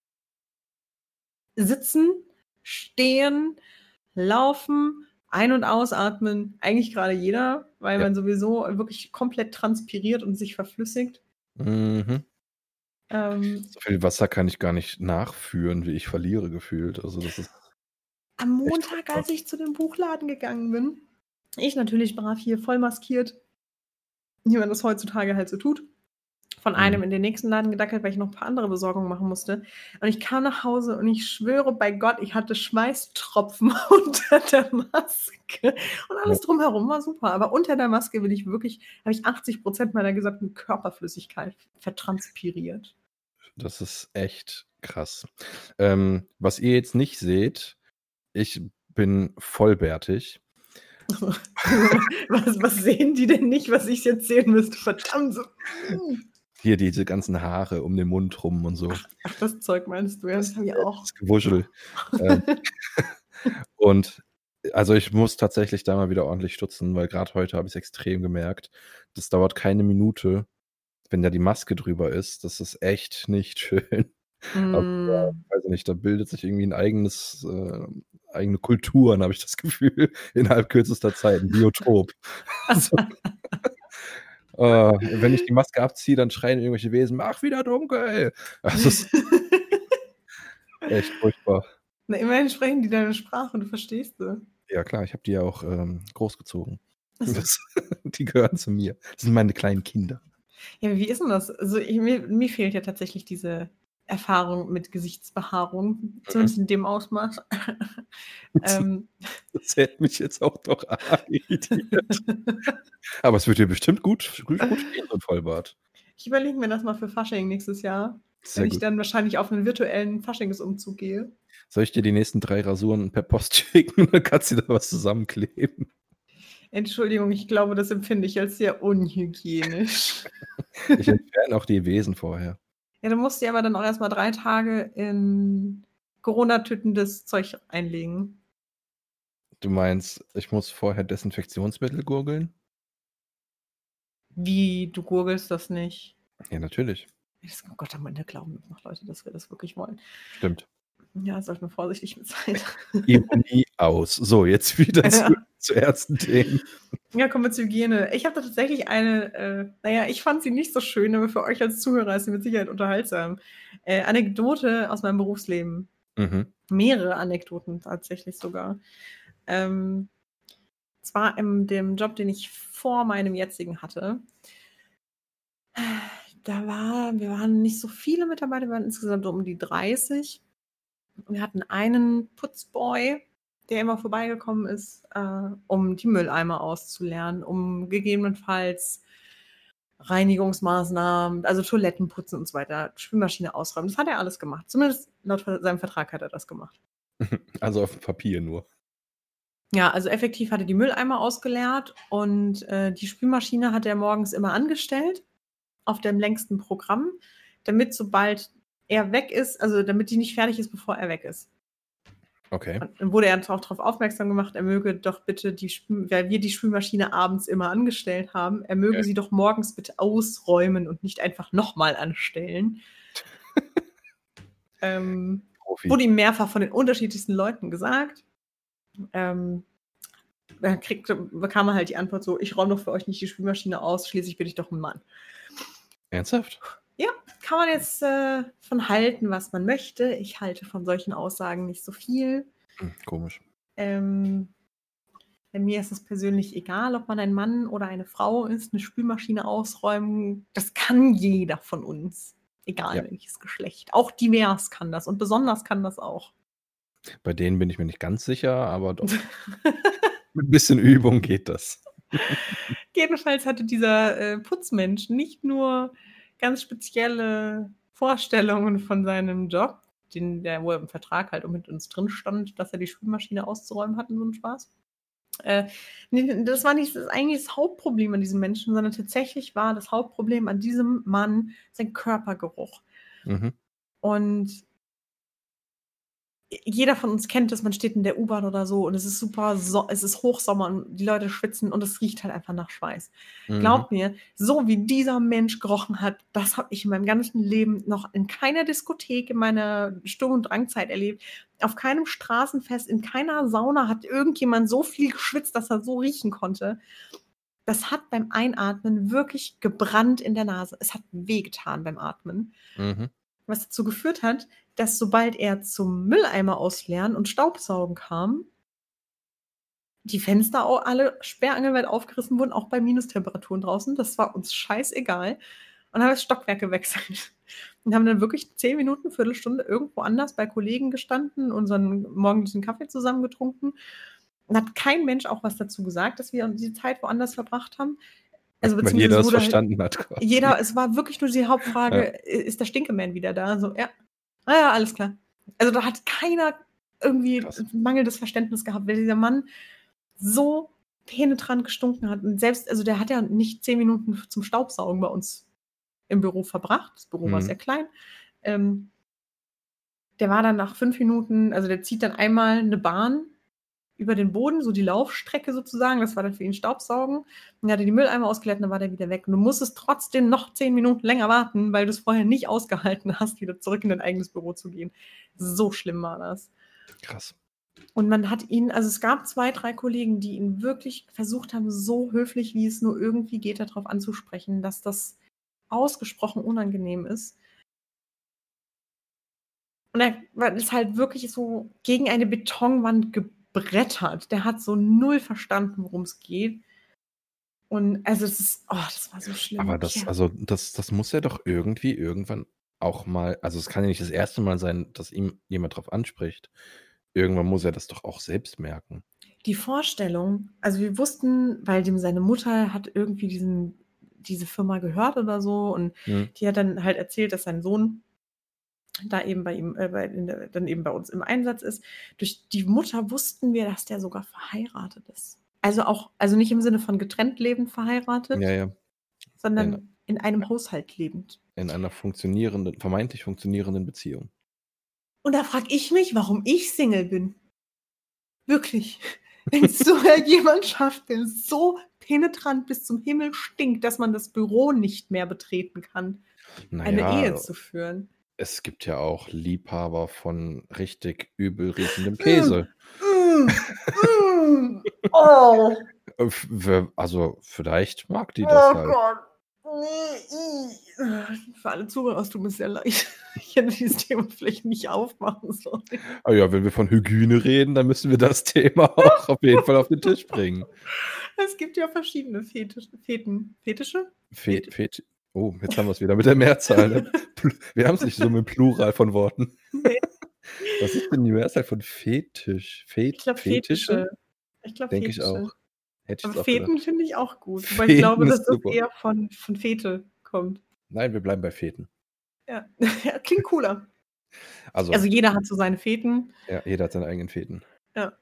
S2: Sitzen, Stehen, Laufen, Ein- und Ausatmen eigentlich gerade jeder, weil
S1: Ja.
S2: man sowieso wirklich komplett transpiriert und sich verflüssigt.
S1: Mhm.
S2: Ähm,
S1: So viel Wasser kann ich gar nicht nachführen, wie ich verliere gefühlt. Also das ist
S2: am
S1: echt
S2: Montag,
S1: furchtbar.
S2: als ich zu dem Buchladen gegangen bin, ich natürlich brav hier voll maskiert, wie man das heutzutage halt so tut, von einem
S1: Mhm.
S2: in den nächsten Laden gedackelt, weil ich noch ein paar andere Besorgungen machen musste. Und ich kam nach Hause und ich schwöre bei Gott, ich hatte Schweißtropfen unter der Maske. Und alles drumherum war super. Aber unter der Maske will ich wirklich, habe ich achtzig Prozent meiner gesamten Körperflüssigkeit vertranspiriert.
S1: Das ist echt krass. Ähm, was ihr jetzt nicht seht, ich bin vollbärtig.
S2: was, was sehen die denn nicht, was ich jetzt sehen müsste? Verdammt. So.
S1: Hier diese ganzen Haare um den Mund rum und so.
S2: Ach, das Zeug meinst du? Ja, das, das habe ich auch.
S1: Das Gewuschel. ähm, und also ich muss tatsächlich da mal wieder ordentlich stutzen, weil gerade heute habe ich es extrem gemerkt. Das dauert keine Minute, wenn da die Maske drüber ist. Das ist echt nicht schön.
S2: Mm.
S1: Aber, weiß ich nicht, da bildet sich irgendwie ein eigenes, äh, eigene Kulturen, habe ich das Gefühl, innerhalb kürzester Zeit, ein Biotop.
S2: Also,
S1: äh, wenn ich die Maske abziehe, dann schreien irgendwelche Wesen, mach wieder dunkel. Das ist echt furchtbar.
S2: Na, immerhin sprechen die deine Sprache, du verstehst sie.
S1: Ja klar, ich habe die ja auch ähm, großgezogen.
S2: Also,
S1: Das, die gehören zu mir. Das sind meine kleinen Kinder.
S2: ja, wie ist denn das? Also ich, mir, mir fehlt ja tatsächlich diese Erfahrung mit Gesichtsbehaarung, zumindest in dem Ausmaß. ähm,
S1: Das hätte mich jetzt auch doch arg irritiert. Aber es wird dir bestimmt gut, gut, gut stehen, so ein Vollbart.
S2: Ich überlege mir das mal für Fasching nächstes Jahr,
S1: Sehr
S2: wenn ich
S1: gut.
S2: dann wahrscheinlich auf einen virtuellen Faschingsumzug gehe.
S1: Soll ich dir die nächsten drei Rasuren per Post schicken? Dann kannst du da was zusammenkleben.
S2: Entschuldigung, ich glaube, das empfinde ich als sehr unhygienisch.
S1: Ich entferne auch die Wesen vorher.
S2: Ja, du musst dir aber dann auch erstmal drei Tage in Corona-Tüten das Zeug einlegen.
S1: Du meinst, ich muss vorher Desinfektionsmittel gurgeln?
S2: Wie, du gurgelst das nicht?
S1: Ja, natürlich.
S2: Oh Gott, am Ende glauben noch Leute, dass wir das wirklich wollen.
S1: Stimmt.
S2: Ja, sollte man vorsichtig mit sein.
S1: Ironie aus. So, jetzt wieder
S2: Ja.
S1: zu, zu ersten Themen.
S2: Ja, kommen wir zur Hygiene. Ich habe da tatsächlich eine, äh, naja, ich fand sie nicht so schön, aber für euch als Zuhörer ist sie mit Sicherheit unterhaltsam. Äh, Anekdote aus meinem Berufsleben.
S1: Mhm.
S2: Mehrere Anekdoten tatsächlich sogar. Ähm, zwar in dem Job, den ich vor meinem jetzigen hatte. Da war, wir waren nicht so viele Mitarbeiter, wir waren insgesamt um die dreißig. Wir hatten einen Putzboy, der immer vorbeigekommen ist, äh, um die Mülleimer auszuleeren, um gegebenenfalls Reinigungsmaßnahmen, also Toiletten putzen und so weiter, Spülmaschine ausräumen. Das hat er alles gemacht. Zumindest laut seinem Vertrag hat er das gemacht.
S1: Also auf dem Papier nur.
S2: Ja, also effektiv hat er die Mülleimer ausgeleert und äh, die Spülmaschine hat er morgens immer angestellt auf dem längsten Programm, damit sobald er weg ist, also damit die nicht fertig ist, bevor er weg ist.
S1: Okay.
S2: Und dann wurde er auch darauf aufmerksam gemacht, er möge doch bitte die Spül weil wir die Spülmaschine abends immer angestellt haben, er möge
S1: Okay.
S2: sie doch morgens bitte ausräumen und nicht einfach nochmal anstellen. ähm,
S1: Profi.
S2: wurde ihm mehrfach von den unterschiedlichsten Leuten gesagt. Ähm, dann kriegte, bekam er halt die Antwort so, ich räume doch für euch nicht die Spülmaschine aus, schließlich bin ich doch ein Mann.
S1: Ernsthaft?
S2: Ja, kann man jetzt äh, von halten, was man möchte. Ich halte von solchen Aussagen nicht so viel.
S1: Hm, komisch.
S2: Ähm, bei mir ist es persönlich egal, ob man ein Mann oder eine Frau ist, eine Spülmaschine ausräumen, das kann jeder von uns. Egal
S1: Ja.
S2: welches Geschlecht. Auch divers kann das und besonders kann das auch.
S1: Bei denen bin ich mir nicht ganz sicher, aber doch. Mit ein bisschen Übung geht das.
S2: Jedenfalls hatte dieser äh, Putzmensch nicht nur ganz spezielle Vorstellungen von seinem Job, den, der, wo er im Vertrag halt mit uns drin stand, dass er die Spülmaschine auszuräumen hat und so ein Spaß. Äh, nee, das war nicht das eigentlich das Hauptproblem an diesem Menschen, sondern tatsächlich war das Hauptproblem an diesem Mann sein Körpergeruch.
S1: Mhm.
S2: Und jeder von uns kennt das, man steht in der U-Bahn oder so und es ist super, so, es ist Hochsommer und die Leute schwitzen und es riecht halt einfach nach Schweiß.
S1: Mhm.
S2: Glaubt mir, so wie dieser Mensch gerochen hat, das habe ich in meinem ganzen Leben noch in keiner Diskothek in meiner Sturm- und Drangzeit erlebt. Auf keinem Straßenfest, in keiner Sauna hat irgendjemand so viel geschwitzt, dass er so riechen konnte. Das hat beim Einatmen wirklich gebrannt in der Nase. Es hat wehgetan beim Atmen.
S1: Mhm.
S2: Was dazu geführt hat, dass sobald er zum Mülleimer ausleeren und Staubsaugen kam, die Fenster auch alle sperrangelweit aufgerissen wurden, auch bei Minustemperaturen draußen. Das war uns scheißegal. Und haben das Stockwerk gewechselt. Und haben dann wirklich zehn Minuten, Viertelstunde irgendwo anders bei Kollegen gestanden, unseren morgendlichen Kaffee zusammen getrunken. Und hat kein Mensch auch was dazu gesagt, dass wir diese Zeit woanders verbracht haben. Also
S1: Weil jeder das
S2: wurde halt
S1: verstanden hat. Quasi.
S2: jeder, es war wirklich nur die Hauptfrage,
S1: Ja.
S2: ist der Stinkeman wieder da? So, ja. Ah ja, alles klar. Also da hat keiner irgendwie
S1: Krass.
S2: mangelndes Verständnis gehabt, weil dieser Mann so penetrant gestunken hat. Und selbst, also der hat ja nicht zehn Minuten zum Staubsaugen bei uns im Büro verbracht. Das Büro war
S1: Mhm.
S2: sehr klein. Ähm, der war dann nach fünf Minuten, also der zieht dann einmal eine Bahn über den Boden, so die Laufstrecke sozusagen. Das war dann für ihn Staubsaugen. Dann hat er die Mülleimer ausgeleert und dann war der wieder weg. Und du musstest trotzdem noch zehn Minuten länger warten, weil du es vorher nicht ausgehalten hast, wieder zurück in dein eigenes Büro zu gehen. So schlimm war das.
S1: Krass.
S2: Und man hat ihn, also es gab zwei, drei Kollegen, die ihn wirklich versucht haben, so höflich, wie es nur irgendwie geht, darauf anzusprechen, dass das ausgesprochen unangenehm ist. Und er ist halt wirklich so gegen eine Betonwand gebrettert. Der hat so null verstanden, worum es geht. Und also es ist, oh, das war so schlimm.
S1: Aber das,
S2: Ja.
S1: also das, das muss ja doch irgendwie irgendwann auch mal, also es kann ja nicht das erste Mal sein, dass ihm jemand drauf anspricht. Irgendwann muss er das doch auch selbst merken.
S2: Die Vorstellung, also wir wussten, weil dem seine Mutter hat irgendwie diesen, diese Firma gehört oder so und
S1: Mhm.
S2: die hat dann halt erzählt, dass sein Sohn da eben bei ihm, äh, bei, in der, dann eben bei uns im Einsatz ist. Durch die Mutter wussten wir, dass der sogar verheiratet ist. Also auch, also nicht im Sinne von getrennt lebend verheiratet,
S1: Ja, ja.
S2: sondern
S1: In,
S2: in einem Haushalt lebend.
S1: in einer funktionierenden, vermeintlich funktionierenden Beziehung.
S2: Und da frage ich mich, warum ich Single bin. Wirklich. Wenn es so jemand schafft, der so penetrant bis zum Himmel stinkt, dass man das Büro nicht mehr betreten kann, eine
S1: Naja,
S2: Ehe zu führen.
S1: Es gibt ja auch Liebhaber von richtig übel riechendem
S2: Mm,
S1: Käse.
S2: mm, mm. Oh,
S1: Äh, f- wer- Also vielleicht mag die das
S2: oh
S1: halt.
S2: Gott. Nee, i. Für alle Zuhörer, es tut mir sehr leid. Ich hätte dieses Thema vielleicht nicht aufmachen sollen.
S1: Ah ja, wenn wir von Hygiene reden, dann müssen wir das Thema auch auf jeden Fall auf den Tisch bringen.
S2: Es gibt ja verschiedene Fetisch, Feten. Fetische?
S1: Fe
S2: Fet
S1: Fet oh, jetzt haben wir es wieder mit der Mehrzahl. Ne? Pl- Wir haben es nicht so mit Plural von Worten.
S2: Nee,
S1: Was ist denn die Mehrzahl von Fetisch?
S2: ich
S1: Fet
S2: glaube
S1: Fetische?
S2: Fetische. Ich glaube
S1: Denke ich
S2: Fetische.
S1: auch. Hätte ich
S2: Aber
S1: jetzt auch gedacht.
S2: Feten finde ich auch gut. Wobei ich glaube,
S1: Feten
S2: dass
S1: ist
S2: das
S1: super.
S2: eher von, von Fete kommt.
S1: Nein, wir bleiben bei Feten.
S2: Ja. Ja, klingt cooler. Also
S1: Also,
S2: jeder hat so seine Feten.
S1: ja, jeder hat seine eigenen Feten.
S2: Ja.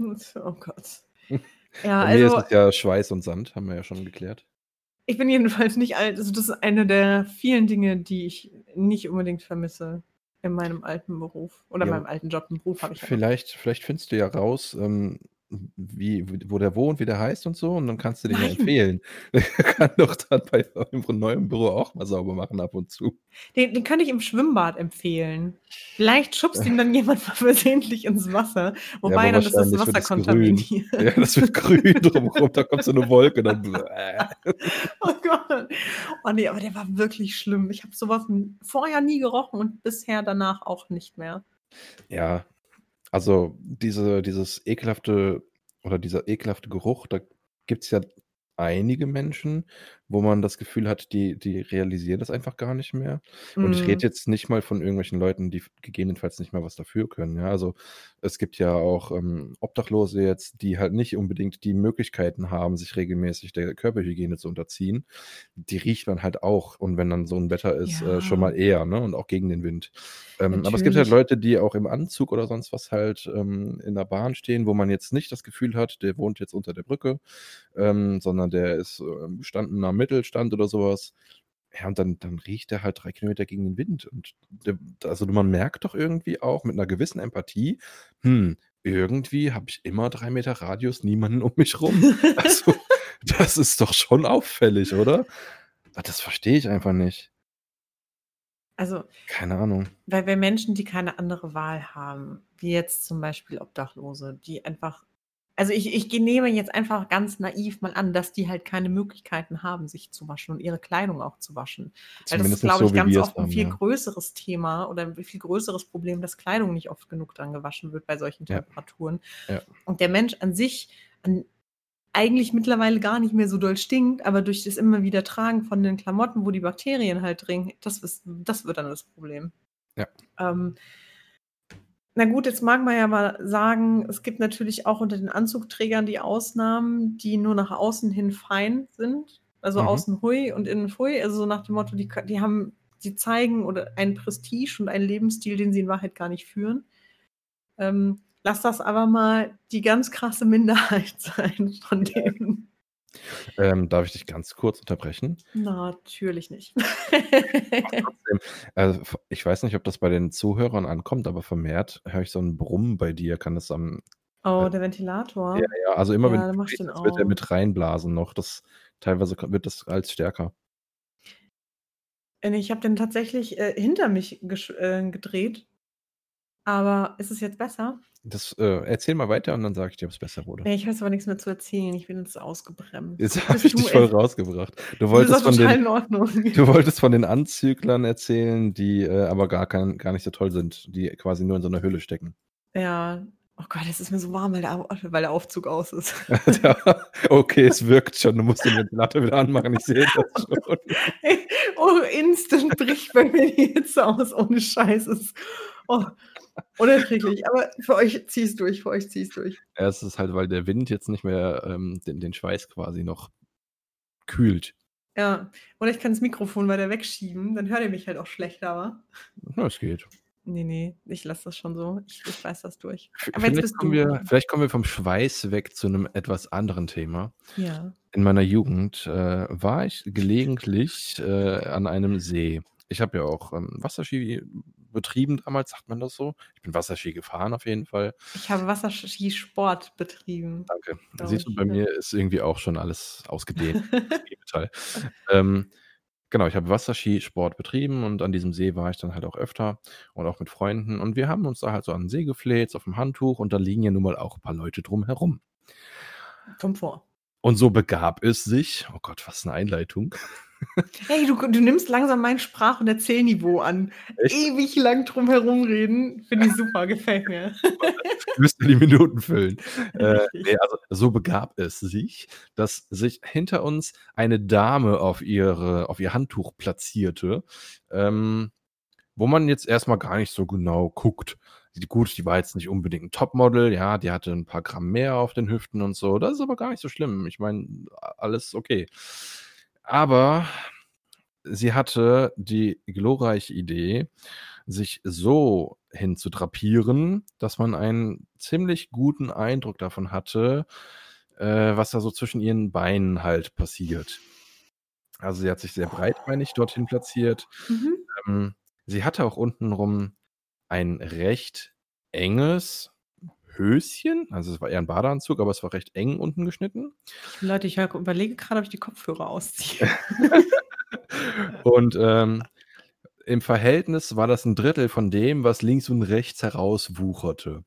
S2: Oh Gott. Ja,
S1: Bei mir ist
S2: also
S1: es ja Schweiß und Sand, haben wir ja schon geklärt.
S2: ich bin jedenfalls nicht alt. Also das ist eine der vielen Dinge, die ich nicht unbedingt vermisse in meinem alten Beruf. Oder
S1: Ja,
S2: meinem alten Job. Einen Beruf habe ich ja noch.
S1: vielleicht, vielleicht findest du ja raus, ähm, wie, wo der wohnt, wie der heißt und so, und dann kannst du den ja
S2: Nein.
S1: empfehlen. Der kann doch dann bei eurem neuen Büro auch mal sauber machen ab und zu.
S2: Den, den könnte ich im Schwimmbad empfehlen. Vielleicht schubst ihn dann jemand versehentlich ins Wasser.
S1: Ja,
S2: Wobei
S1: aber
S2: dann ist das
S1: wahrscheinlich
S2: Wasser
S1: wird es grün.
S2: kontaminiert.
S1: Ja, das wird grün drumherum, da kommt so eine Wolke, dann. bläh.
S2: Oh Gott. Oh nee, aber der war wirklich schlimm. Ich habe sowas n- vorher nie gerochen und bisher danach auch nicht mehr.
S1: Ja, also diese, dieses ekelhafte oder dieser ekelhafte Geruch, da gibt es ja einige Menschen, wo man das Gefühl hat, die, die realisieren das einfach gar nicht mehr. Und ich
S2: Mm.
S1: rede jetzt nicht mal von irgendwelchen Leuten, die gegebenenfalls nicht mal was dafür können. Ja, also es gibt ja auch ähm, Obdachlose jetzt, die halt nicht unbedingt die Möglichkeiten haben, sich regelmäßig der Körperhygiene zu unterziehen. Die riecht man halt auch. Und wenn dann so ein Wetter ist, äh, schon
S2: Ja,
S1: mal eher, ne? Und auch gegen den Wind. Ähm, aber es gibt halt
S2: natürlich.
S1: Leute, die auch im Anzug oder sonst was halt ähm, in der Bahn stehen, wo man jetzt nicht das Gefühl hat, der wohnt jetzt unter der Brücke, ähm, sondern der ist äh, im gestandener Mittelstand oder sowas. Ja, und dann, dann riecht der halt drei Kilometer gegen den Wind. Und der, also man merkt doch irgendwie auch mit einer gewissen Empathie, hm, irgendwie habe ich immer drei Meter Radius niemanden um mich rum. Also, das ist doch schon auffällig, oder? Das verstehe ich einfach nicht.
S2: Also,
S1: Keine Ahnung.
S2: weil wir Menschen, die keine andere Wahl haben, wie jetzt zum Beispiel Obdachlose, die einfach, also ich, ich nehme jetzt einfach ganz naiv mal an, dass die halt keine Möglichkeiten haben, sich zu waschen und ihre Kleidung auch zu waschen. Weil das ist,
S1: Zumindest nicht
S2: glaube
S1: so,
S2: ich,
S1: wie
S2: ganz
S1: wir es
S2: oft ein
S1: haben,
S2: viel
S1: ja.
S2: größeres Thema oder ein viel größeres Problem, dass Kleidung nicht oft genug dran gewaschen wird bei solchen
S1: Ja,
S2: Temperaturen.
S1: ja.
S2: Und der Mensch an sich an, eigentlich mittlerweile gar nicht mehr so doll stinkt, aber durch das immer wieder Tragen von den Klamotten, wo die Bakterien halt drin, das, ist, das wird dann das Problem.
S1: Ja.
S2: Ähm, na gut, jetzt mag man ja mal sagen, es gibt natürlich auch unter den Anzugträgern die Ausnahmen, die nur nach außen hin fein sind. Also
S1: Mhm.
S2: außen hui und innen pfui. Also so nach dem Motto, die, kö- die haben, die zeigen oder ein Prestige und einen Lebensstil, den sie in Wahrheit gar nicht führen. Ähm, lass das aber mal die ganz krasse Minderheit sein von denen.
S1: Ähm, darf ich dich ganz kurz unterbrechen?
S2: Natürlich nicht.
S1: Trotzdem, also f- ich weiß nicht, ob das bei den Zuhörern ankommt, aber vermehrt höre ich so ein Brummen bei dir. Kann das am.
S2: Oh,
S1: Äh,
S2: der
S1: ja,
S2: Ventilator.
S1: ja, also immer wenn
S2: Ja,
S1: du
S2: dann mach ich
S1: sprichst,
S2: den
S1: als wird er
S2: auf.
S1: mit reinblasen noch. Das, teilweise ko- wird das als stärker.
S2: Äh, Ich habe den tatsächlich äh, hinter mich gesch- äh, gedreht. Aber ist es jetzt besser?
S1: Das, äh, erzähl mal weiter und dann sage ich dir, ob es besser wurde.
S2: Nee, ich weiß aber nichts mehr zu erzählen. Ich bin jetzt ausgebremst.
S1: Jetzt habe
S2: Bist
S1: ich
S2: du
S1: dich voll
S2: es?
S1: rausgebracht. Du
S2: Das ist
S1: wolltest
S2: auch
S1: von
S2: total
S1: den,
S2: in Ordnung.
S1: du wolltest von den Anzüglern erzählen, die äh, aber gar, kein, gar nicht so toll sind, die quasi nur in so einer Hülle stecken.
S2: Ja. Oh Gott, es ist mir so warm, weil der, Au- weil der Aufzug aus ist.
S1: Ja, okay, es wirkt schon. Du musst den Ventilator wieder anmachen. Ich sehe das schon.
S2: Oh, instant bricht bei mir die Hitze aus. Ohne Scheiß. Es ist, oh, unerträglich. Aber für euch zieh's durch. Für euch zieh's durch.
S1: Ja, es ist halt, weil der Wind jetzt nicht mehr ähm, den, den Schweiß quasi noch kühlt.
S2: Ja. Oder ich kann das Mikrofon weiter wegschieben. Dann hört ihr mich halt auch schlechter, aber.
S1: Ja, es geht.
S2: Nee, nee, ich lasse das schon so. Ich, ich weiß das durch.
S1: V-
S2: Aber jetzt
S1: Vielleicht
S2: bist
S1: kommen,
S2: du
S1: wir,
S2: dran.
S1: vielleicht kommen wir vom Schweiß weg zu einem etwas anderen Thema.
S2: Ja.
S1: In meiner Jugend äh, war ich gelegentlich äh, an einem See. Ich habe ja auch ähm, Wasserski betrieben damals, sagt man das so. Ich bin Wasserski gefahren auf jeden Fall.
S2: Ich habe Wasserskisport betrieben,
S1: Danke.
S2: glaube
S1: Siehst du,
S2: ich.
S1: bei
S2: Ja.
S1: mir ist irgendwie auch schon alles ausgedehnt. Das Gegenteil. ähm, Genau, ich habe Wasserskisport betrieben und an diesem See war ich dann halt auch öfter und auch mit Freunden. Und wir haben uns da halt so an den See gefläzt auf dem Handtuch und da liegen ja nun mal auch ein paar Leute drum herum.
S2: Komfort.
S1: Und so begab es sich, oh Gott, was eine Einleitung.
S2: Hey, du, du nimmst langsam mein Sprach- und Erzählniveau an.
S1: Echt?
S2: Ewig lang drum herum reden, finde ich super, gefällt mir.
S1: Müsste die Minuten füllen. Äh,
S2: Richtig.
S1: nee, also so begab es sich, dass sich hinter uns eine Dame auf ihre, auf ihr Handtuch platzierte, ähm, wo man jetzt erstmal gar nicht so genau guckt. Die, gut, die war jetzt nicht unbedingt ein Topmodel, ja, die hatte ein paar Gramm mehr auf den Hüften und so. Das ist aber gar nicht so schlimm. Ich meine, alles okay. Aber sie hatte die glorreiche Idee, sich so hinzudrapieren, dass man einen ziemlich guten Eindruck davon hatte, äh, was da so zwischen ihren Beinen halt passiert. Also sie hat sich sehr breitbeinig dorthin platziert.
S2: Mhm.
S1: Ähm, sie hatte auch untenrum ein recht enges Höschen, also es war eher ein Badeanzug, aber es war recht eng unten geschnitten.
S2: Leute, ich hör- überlege gerade, ob ich die Kopfhörer ausziehe.
S1: Und ähm, im Verhältnis war das ein Drittel von dem, was links und rechts herauswucherte.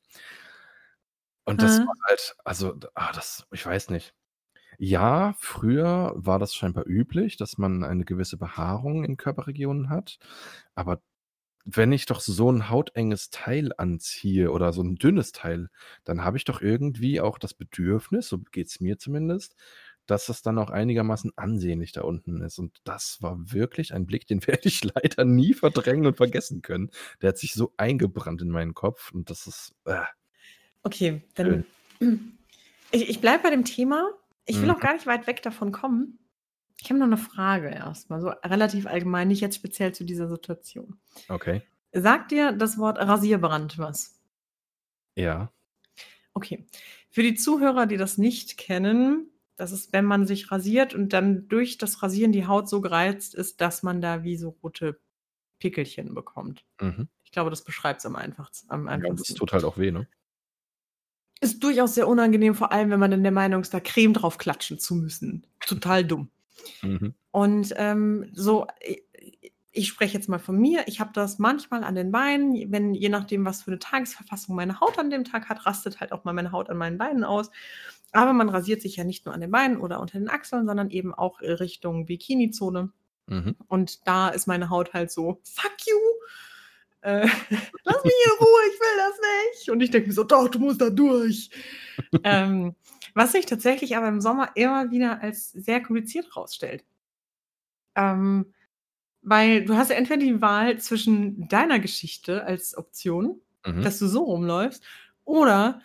S1: Und das
S2: Hä?
S1: war halt, also, d- ah, das, ich weiß nicht. Ja, früher war das scheinbar üblich, dass man eine gewisse Behaarung in Körperregionen hat. Aber wenn ich doch so ein hautenges Teil anziehe oder so ein dünnes Teil, dann habe ich doch irgendwie auch das Bedürfnis, so geht's mir zumindest, dass das dann auch einigermaßen ansehnlich da unten ist. Und das war wirklich ein Blick, den werde ich leider nie verdrängen und vergessen können. Der hat sich so eingebrannt in meinen Kopf und das ist, äh,
S2: Okay, dann. Ich, ich bleibe bei dem Thema. Ich will
S1: Mhm.
S2: auch gar nicht weit weg davon kommen. Ich habe noch eine Frage erstmal, so relativ allgemein, nicht jetzt speziell zu dieser Situation.
S1: Okay.
S2: Sagt dir das Wort Rasierbrand was?
S1: Ja.
S2: Okay. Für die Zuhörer, die das nicht kennen, das ist, wenn man sich rasiert und dann durch das Rasieren die Haut so gereizt ist, dass man da wie so rote Pickelchen bekommt.
S1: Mhm.
S2: Ich glaube, das beschreibt es am einfachsten. Am
S1: Ja, und das
S2: einfachsten.
S1: tut halt auch weh, ne?
S2: Ist durchaus sehr unangenehm, vor allem wenn man dann der Meinung ist, da Creme drauf klatschen zu müssen. Total dumm.
S1: Mhm.
S2: Und ähm, so, ich, ich spreche jetzt mal von mir. Ich habe das manchmal an den Beinen, wenn je nachdem, was für eine Tagesverfassung meine Haut an dem Tag hat, rastet halt auch mal meine Haut an meinen Beinen aus. Aber man rasiert sich ja nicht nur an den Beinen oder unter den Achseln, sondern eben auch Richtung Bikini-Zone.
S1: Mhm.
S2: Und da ist meine Haut halt so, fuck you, äh, lass mich in Ruhe, ich will das nicht. Und ich denke mir so, doch, du musst da durch. ähm, was sich tatsächlich aber im Sommer immer wieder als sehr kompliziert herausstellt. Ähm, weil du hast ja entweder die Wahl zwischen deiner Geschichte als Option,
S1: Mhm.
S2: dass du so rumläufst, oder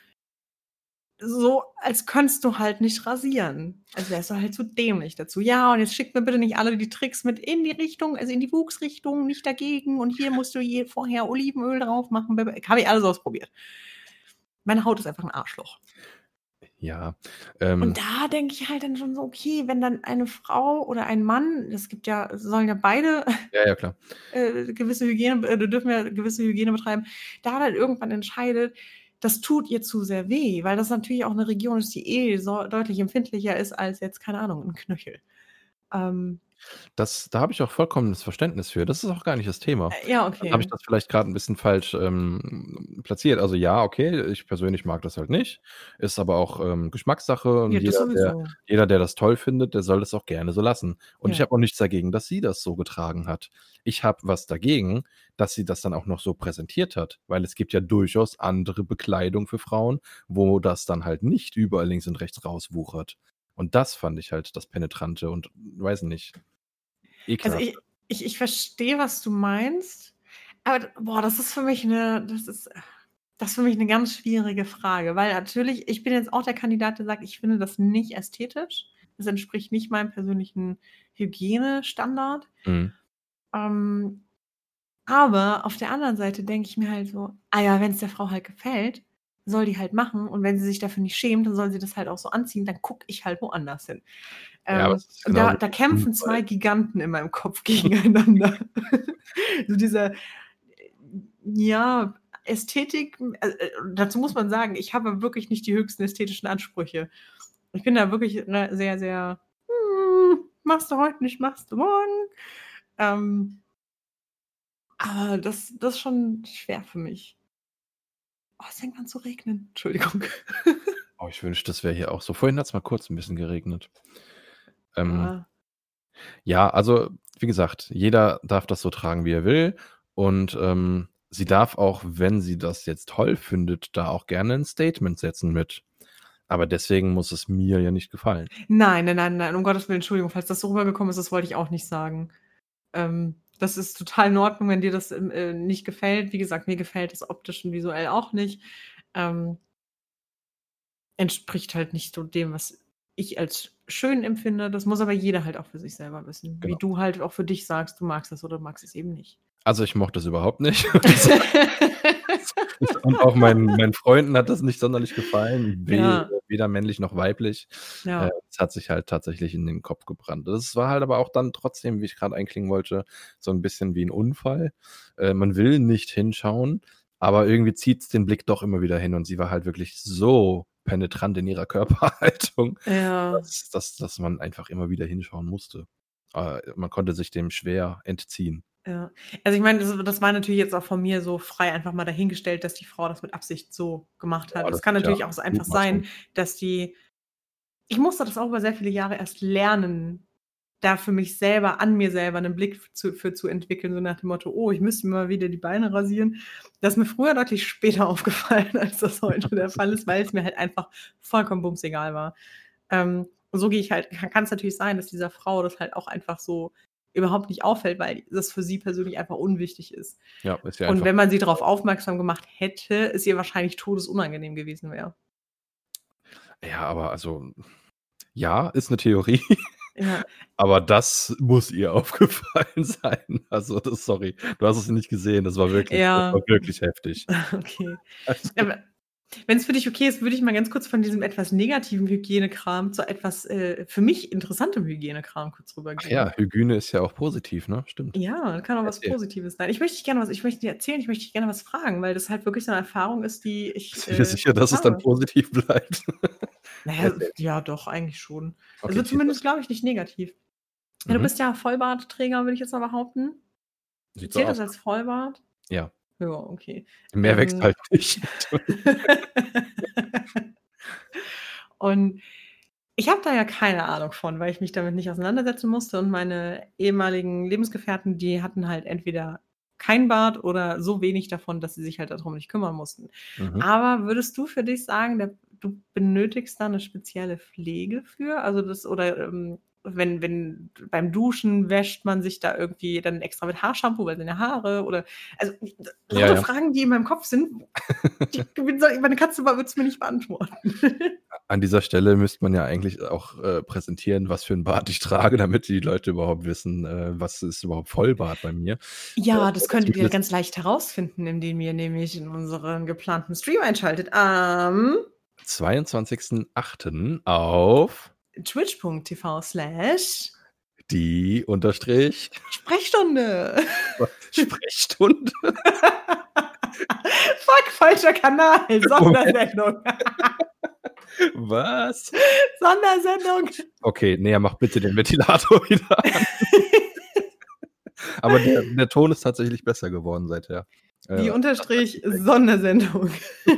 S2: so, als könntest du halt nicht rasieren. Als wärst du halt zu dämlich dazu. Ja, und jetzt schickt mir bitte nicht alle die Tricks mit in die Richtung, also in die Wuchsrichtung, nicht dagegen. Und hier musst du je vorher Olivenöl drauf machen. Habe ich alles ausprobiert. Meine Haut ist einfach ein Arschloch.
S1: Ja. Ähm,
S2: Und da denke ich halt dann schon so, okay, wenn dann eine Frau oder ein Mann, es gibt ja, sollen ja beide
S1: ja, ja, klar.
S2: äh, gewisse Hygiene, äh, dürfen ja gewisse Hygiene betreiben, da dann irgendwann entscheidet, das tut ihr zu sehr weh, weil das natürlich auch eine Region ist, die eh so deutlich empfindlicher ist als jetzt, keine Ahnung, ein Knöchel. Ähm,
S1: Das, da habe ich auch vollkommenes Verständnis für. Das ist auch gar nicht das Thema.
S2: äh, ja,
S1: Dann habe ich
S2: okay.
S1: das vielleicht gerade ein bisschen falsch ähm, platziert. Also ja, okay, ich persönlich mag das halt nicht. Ist aber auch ähm, Geschmackssache und
S2: Ja, das
S1: jeder, der,
S2: sowieso.
S1: jeder, der das toll findet, der soll das auch gerne so lassen. Und ich
S2: Ja.
S1: habe auch nichts dagegen, dass sie das so getragen hat. Ich habe was dagegen, dass sie das dann auch noch so präsentiert hat, weil es gibt ja durchaus andere Bekleidung für Frauen, wo das dann halt nicht überall links und rechts rauswuchert. Und das fand ich halt das Penetrante und weiß nicht.
S2: Also
S1: Ekelhaft.
S2: ich, ich, ich verstehe, was du meinst, aber boah, das ist für mich eine, das ist, das ist für mich eine ganz schwierige Frage, weil natürlich, ich bin jetzt auch der Kandidat, der sagt, ich finde das nicht ästhetisch. Das entspricht nicht meinem persönlichen Hygienestandard.
S1: Mhm.
S2: Ähm, aber auf der anderen Seite denke ich mir halt so, ah ja, wenn es der Frau halt gefällt, soll die halt machen. Und wenn sie sich dafür nicht schämt, dann soll sie das halt auch so anziehen. Dann gucke ich halt woanders hin.
S1: Ja, aber
S2: Ähm,
S1: es ist
S2: und
S1: genau
S2: da,
S1: wie
S2: da
S1: mit
S2: kämpfen
S1: Unfall.
S2: zwei Giganten in meinem Kopf gegeneinander. So dieser, ja, Ästhetik, äh, äh, dazu muss man sagen, ich habe wirklich nicht die höchsten ästhetischen Ansprüche. Ich bin da wirklich re- sehr, sehr, hm, machst du heute nicht, machst du morgen. Ähm, aber das, das ist schon schwer für mich. Oh, es fängt an zu regnen. Entschuldigung.
S1: Oh, ich wünschte, das wäre hier auch so. Vorhin hat es mal kurz ein bisschen geregnet. Ähm,
S2: Ja.
S1: ja, also wie gesagt, jeder darf das so tragen, wie er will. Und ähm, sie darf auch, wenn sie das jetzt toll findet, da auch gerne ein Statement setzen mit. Aber deswegen muss es mir ja nicht gefallen.
S2: Nein, nein, nein, nein, um Gottes Willen, Entschuldigung, falls das so rübergekommen ist, das wollte ich auch nicht sagen. Ähm, das ist total in Ordnung, wenn dir das ähm, äh, nicht gefällt. Wie gesagt, mir gefällt es optisch und visuell auch nicht. Ähm, entspricht halt nicht so dem, was ich als schön empfinde. Das muss aber jeder halt auch für sich selber wissen. Wie
S1: Genau.
S2: du halt auch für dich sagst, du magst es oder du magst es eben nicht.
S1: Also ich mochte es überhaupt nicht. Und auch meinen, meinen Freunden hat das nicht sonderlich gefallen. We
S2: Ja.
S1: Weder männlich noch weiblich.
S2: Ja.
S1: Äh, es hat sich halt tatsächlich in den Kopf gebrannt. Das war halt aber auch dann trotzdem, wie ich gerade einklingen wollte, so ein bisschen wie ein Unfall. Äh, man will nicht hinschauen, aber irgendwie zieht es den Blick doch immer wieder hin. Und sie war halt wirklich so penetrant in ihrer Körperhaltung,
S2: Ja.
S1: dass, dass, dass man einfach immer wieder hinschauen musste. Äh, man konnte sich dem schwer entziehen.
S2: Ja. Also ich meine, das, das war natürlich jetzt auch von mir so frei einfach mal dahingestellt, dass die Frau das mit Absicht so gemacht hat.
S1: Ja,
S2: Es
S1: das
S2: kann
S1: ist ja
S2: natürlich auch so einfach
S1: Mutmaßung.
S2: sein, dass die. Ich musste das auch über sehr viele Jahre erst lernen, da für mich selber, an mir selber einen Blick zu, für zu entwickeln, so nach dem Motto, oh, ich müsste mir mal wieder die Beine rasieren. Das ist mir früher deutlich später aufgefallen, als das heute der Fall ist, weil es mir halt einfach vollkommen bumsegal war. Ähm, und so gehe ich halt, kann es natürlich sein, dass dieser Frau das halt auch einfach so überhaupt nicht auffällt, weil das für sie persönlich einfach unwichtig ist.
S1: Ja, ist ja
S2: Und
S1: einfach.
S2: wenn man sie darauf aufmerksam gemacht hätte, es ihr wahrscheinlich todesunangenehm gewesen wäre.
S1: Ja, aber also, ja, ist eine Theorie.
S2: Ja.
S1: Aber das muss ihr aufgefallen sein. Also, das, sorry, du hast es nicht gesehen. Das war wirklich,
S2: Ja.
S1: das war wirklich heftig.
S2: Okay.
S1: Also,
S2: Aber wenn es für dich okay ist, würde ich mal ganz kurz von diesem etwas negativen Hygienekram zu etwas äh, für mich interessantem Hygienekram kurz
S1: ach
S2: rübergehen.
S1: ja, Hygiene ist ja auch positiv, ne? Stimmt.
S2: Ja, kann auch was
S1: Erzähl.
S2: Positives sein. Ich möchte dich gerne was, ich möchte dir erzählen, ich möchte dich gerne was fragen, weil das halt wirklich so eine Erfahrung ist, die ich.
S1: Bist du dir
S2: Äh,
S1: sicher, dass es dann
S2: habe.
S1: positiv bleibt?
S2: Naja,
S1: Erzähl.
S2: ja, doch, eigentlich schon.
S1: Okay,
S2: Also
S1: schieß
S2: zumindest
S1: los.
S2: glaube ich nicht negativ. Ja, du
S1: Mhm.
S2: bist ja Vollbartträger, würde ich jetzt mal behaupten.
S1: Sieht so
S2: Zählt
S1: aus.
S2: das als Vollbart?
S1: Ja.
S2: Ja, okay.
S1: Mehr wächst
S2: Ähm.
S1: halt nicht.
S2: Und ich habe da ja keine Ahnung von, weil ich mich damit nicht auseinandersetzen musste und meine ehemaligen Lebensgefährten, die hatten halt entweder kein Bart oder so wenig davon, dass sie sich halt darum nicht kümmern mussten.
S1: Mhm.
S2: Aber würdest du für dich sagen, der, du benötigst da eine spezielle Pflege für? Also das, oder ähm, wenn, wenn beim Duschen wäscht man sich da irgendwie dann extra mit Haarshampoo, weil seine Haare oder also lauter
S1: Ja, ja.
S2: Fragen, die in meinem Kopf sind, die, meine Katze wird es mir nicht beantworten.
S1: An dieser Stelle müsste man ja eigentlich auch äh, präsentieren, was für ein Bart ich trage, damit die Leute überhaupt wissen, äh, was ist überhaupt Vollbart bei mir.
S2: Ja,
S1: Äh,
S2: das könntet ihr
S1: zumindest-
S2: ganz leicht herausfinden, indem ihr nämlich in unseren geplanten Stream einschaltet am
S1: zweiundzwanzigsten achten auf
S2: twitch.tv slash
S1: die Unterstrich
S2: Sprechstunde.
S1: Sprechstunde.
S2: Fuck, falscher Kanal. Sondersendung.
S1: Was?
S2: Sondersendung.
S1: Okay, näher, mach bitte den Ventilator wieder an. Aber der, der Ton ist tatsächlich besser geworden seither.
S2: Die
S1: Äh,
S2: Unterstrich Sondersendung.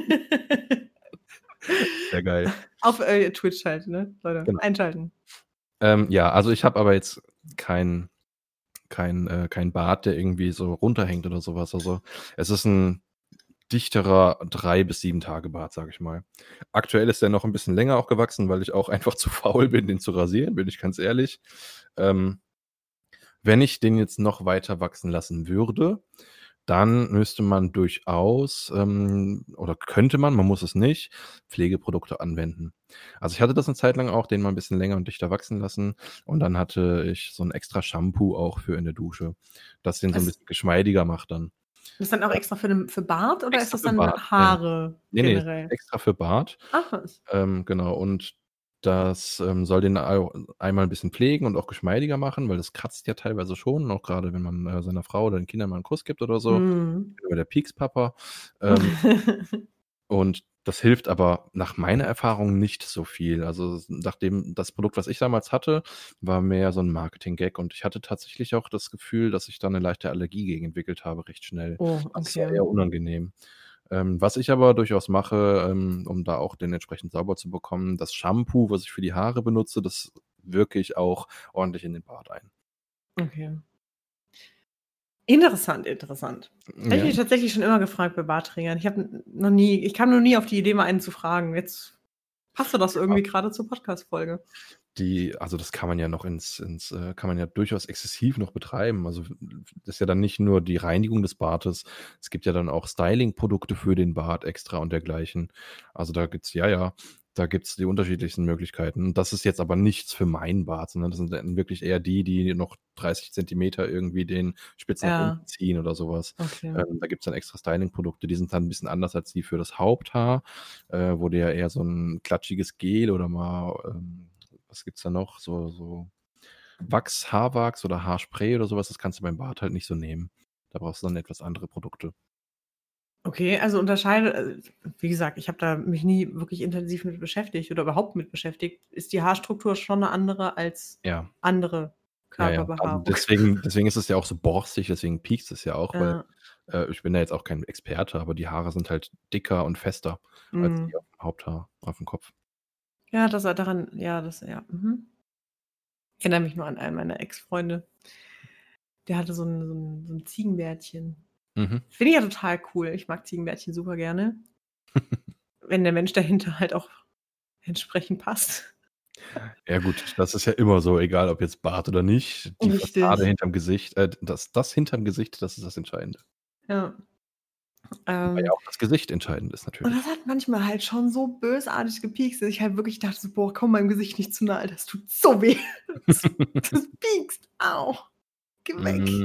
S1: Sehr geil.
S2: Auf äh, Twitch halt, ne? Leute,
S1: Genau.
S2: einschalten.
S1: Ähm, ja, also ich habe aber jetzt kein, kein, äh, kein Bart, der irgendwie so runterhängt oder sowas. Also es ist ein dichterer drei bis sieben Tage Bart, sage ich mal. Aktuell ist der noch ein bisschen länger auch gewachsen, weil ich auch einfach zu faul bin, den zu rasieren, bin ich ganz ehrlich. Ähm, wenn ich den jetzt noch weiter wachsen lassen würde, dann müsste man durchaus ähm, oder könnte man, man muss es nicht, Pflegeprodukte anwenden. Also ich hatte das eine Zeit lang auch, den mal ein bisschen länger und dichter wachsen lassen und dann hatte ich so ein extra Shampoo auch für in der Dusche, das den so ein
S2: Das-
S1: bisschen geschmeidiger macht dann.
S2: Das ist dann auch extra für, den, für Bart oder
S1: Extra
S2: ist das
S1: für
S2: dann
S1: Bart, ja.
S2: Haare
S1: Nee, nee,
S2: generell?
S1: extra für Bart.
S2: Ach was.
S1: Ähm, genau, und das ähm, soll den au- einmal ein bisschen pflegen und auch geschmeidiger machen, weil das kratzt ja teilweise schon, auch gerade wenn man äh, seiner Frau oder den Kindern mal einen Kuss gibt oder so.
S2: Mhm.
S1: Oder der Piekspapa. Ähm, und Das hilft aber nach meiner Erfahrung nicht so viel. Also, s nachdem das Produkt, was ich damals hatte, war mehr so 'n Marketing-Gag und ich hatte tatsächlich auch das Gefühl, dass ich da 'ne leichte Allergie gegen entwickelt habe recht schnell.
S2: Oh,
S1: Also, es war
S2: okay.
S1: eher unangenehm. Ähm, was ich aber durchaus mache, ähm, um da auch den entsprechend sauber zu bekommen, das Shampoo, was ich für die Haare benutze, das wirke ich auch ordentlich in den Bart ein.
S2: Okay. Interessant, interessant. Habe ich
S1: Ja.
S2: mich tatsächlich schon immer gefragt bei Bartträgern. Ich habe n noch nie ich kam noch nie auf die Idee, mal einen zu fragen. Jetzt passte das
S1: Ja.
S2: irgendwie grade zur Podcast-Folge.
S1: Die also, das kann man ja noch ins ins äh, kann man ja durchaus exzessiv noch betreiben. Also, w w das ist ja dann nicht nur die Reinigung des Bartes. Es gibt ja dann auch Stylingprodukte für den Bart extra und dergleichen. Also, da gibt's ja, ja, da gibt's die unterschiedlichsten Möglichkeiten. Das ist jetzt aber nichts für meinen Bart, sondern das sind dann wirklich eher die, die noch dreißig Zentimeter irgendwie den spitz nach
S2: Ja.
S1: unten ziehen oder so was.
S2: Okay.
S1: Ähm, da gibt's dann extra Stylingprodukte, die sind dann 'n bisschen anders als die für das Haupthaar, äh, wo du ja eher so 'n klatschiges Gel oder mal, ähm was gibt's da noch? So so Wachs, Haarwachs oder Haarspray oder so was, das kannst du beim Bart halt nicht so nehmen. Da brauchst du dann etwas andere Produkte.
S2: Okay, also unterscheide äh, wie gesagt, ich habe da mich nie wirklich intensiv mit beschäftigt oder überhaupt mit beschäftigt. Ist die Haarstruktur schon 'ne andere als
S1: Ja.
S2: andere
S1: Ja, ja. Also,
S2: Körperbehaarung?
S1: deswegen deswegen ist es ja auch so borstig, deswegen piekst es ja auch, weil,
S2: Ja.
S1: äh, ich bin da jetzt auch kein Experte, aber die Haare sind halt dicker und fester als
S2: Mhm.
S1: die aufm Haupthaar aufm Kopf.
S2: Ja, das war daran ja, das ja, mhm. Ich erinnere mich nur an einen meiner Ex-Freunde. Der hatte so 'n so 'n so 'n Ziegenbärtchen.
S1: Mhm.
S2: Finde ich ja total cool. Ich mag Ziegenbärtchen super gerne. Wenn der Mensch dahinter halt auch entsprechend passt.
S1: Ja gut, das ist ja immer so, egal ob jetzt Bart oder nicht. Die Fassade
S2: Richtig.
S1: hinterm Gesicht äh, das das hinterm Gesicht, das ist das Entscheidende.
S2: Ja.
S1: Wobei ja
S2: Ähm
S1: auch das Gesicht entscheidend ist
S2: und
S1: natürlich.
S2: das hat manchmal halt schon so bösartig gepiekst, dass ich halt wirklich dachte so: „Boah, komm meinem Gesicht nicht zu nahe, das tut so weh. Das das piekst. Au, geh weg.“
S1: Mhm.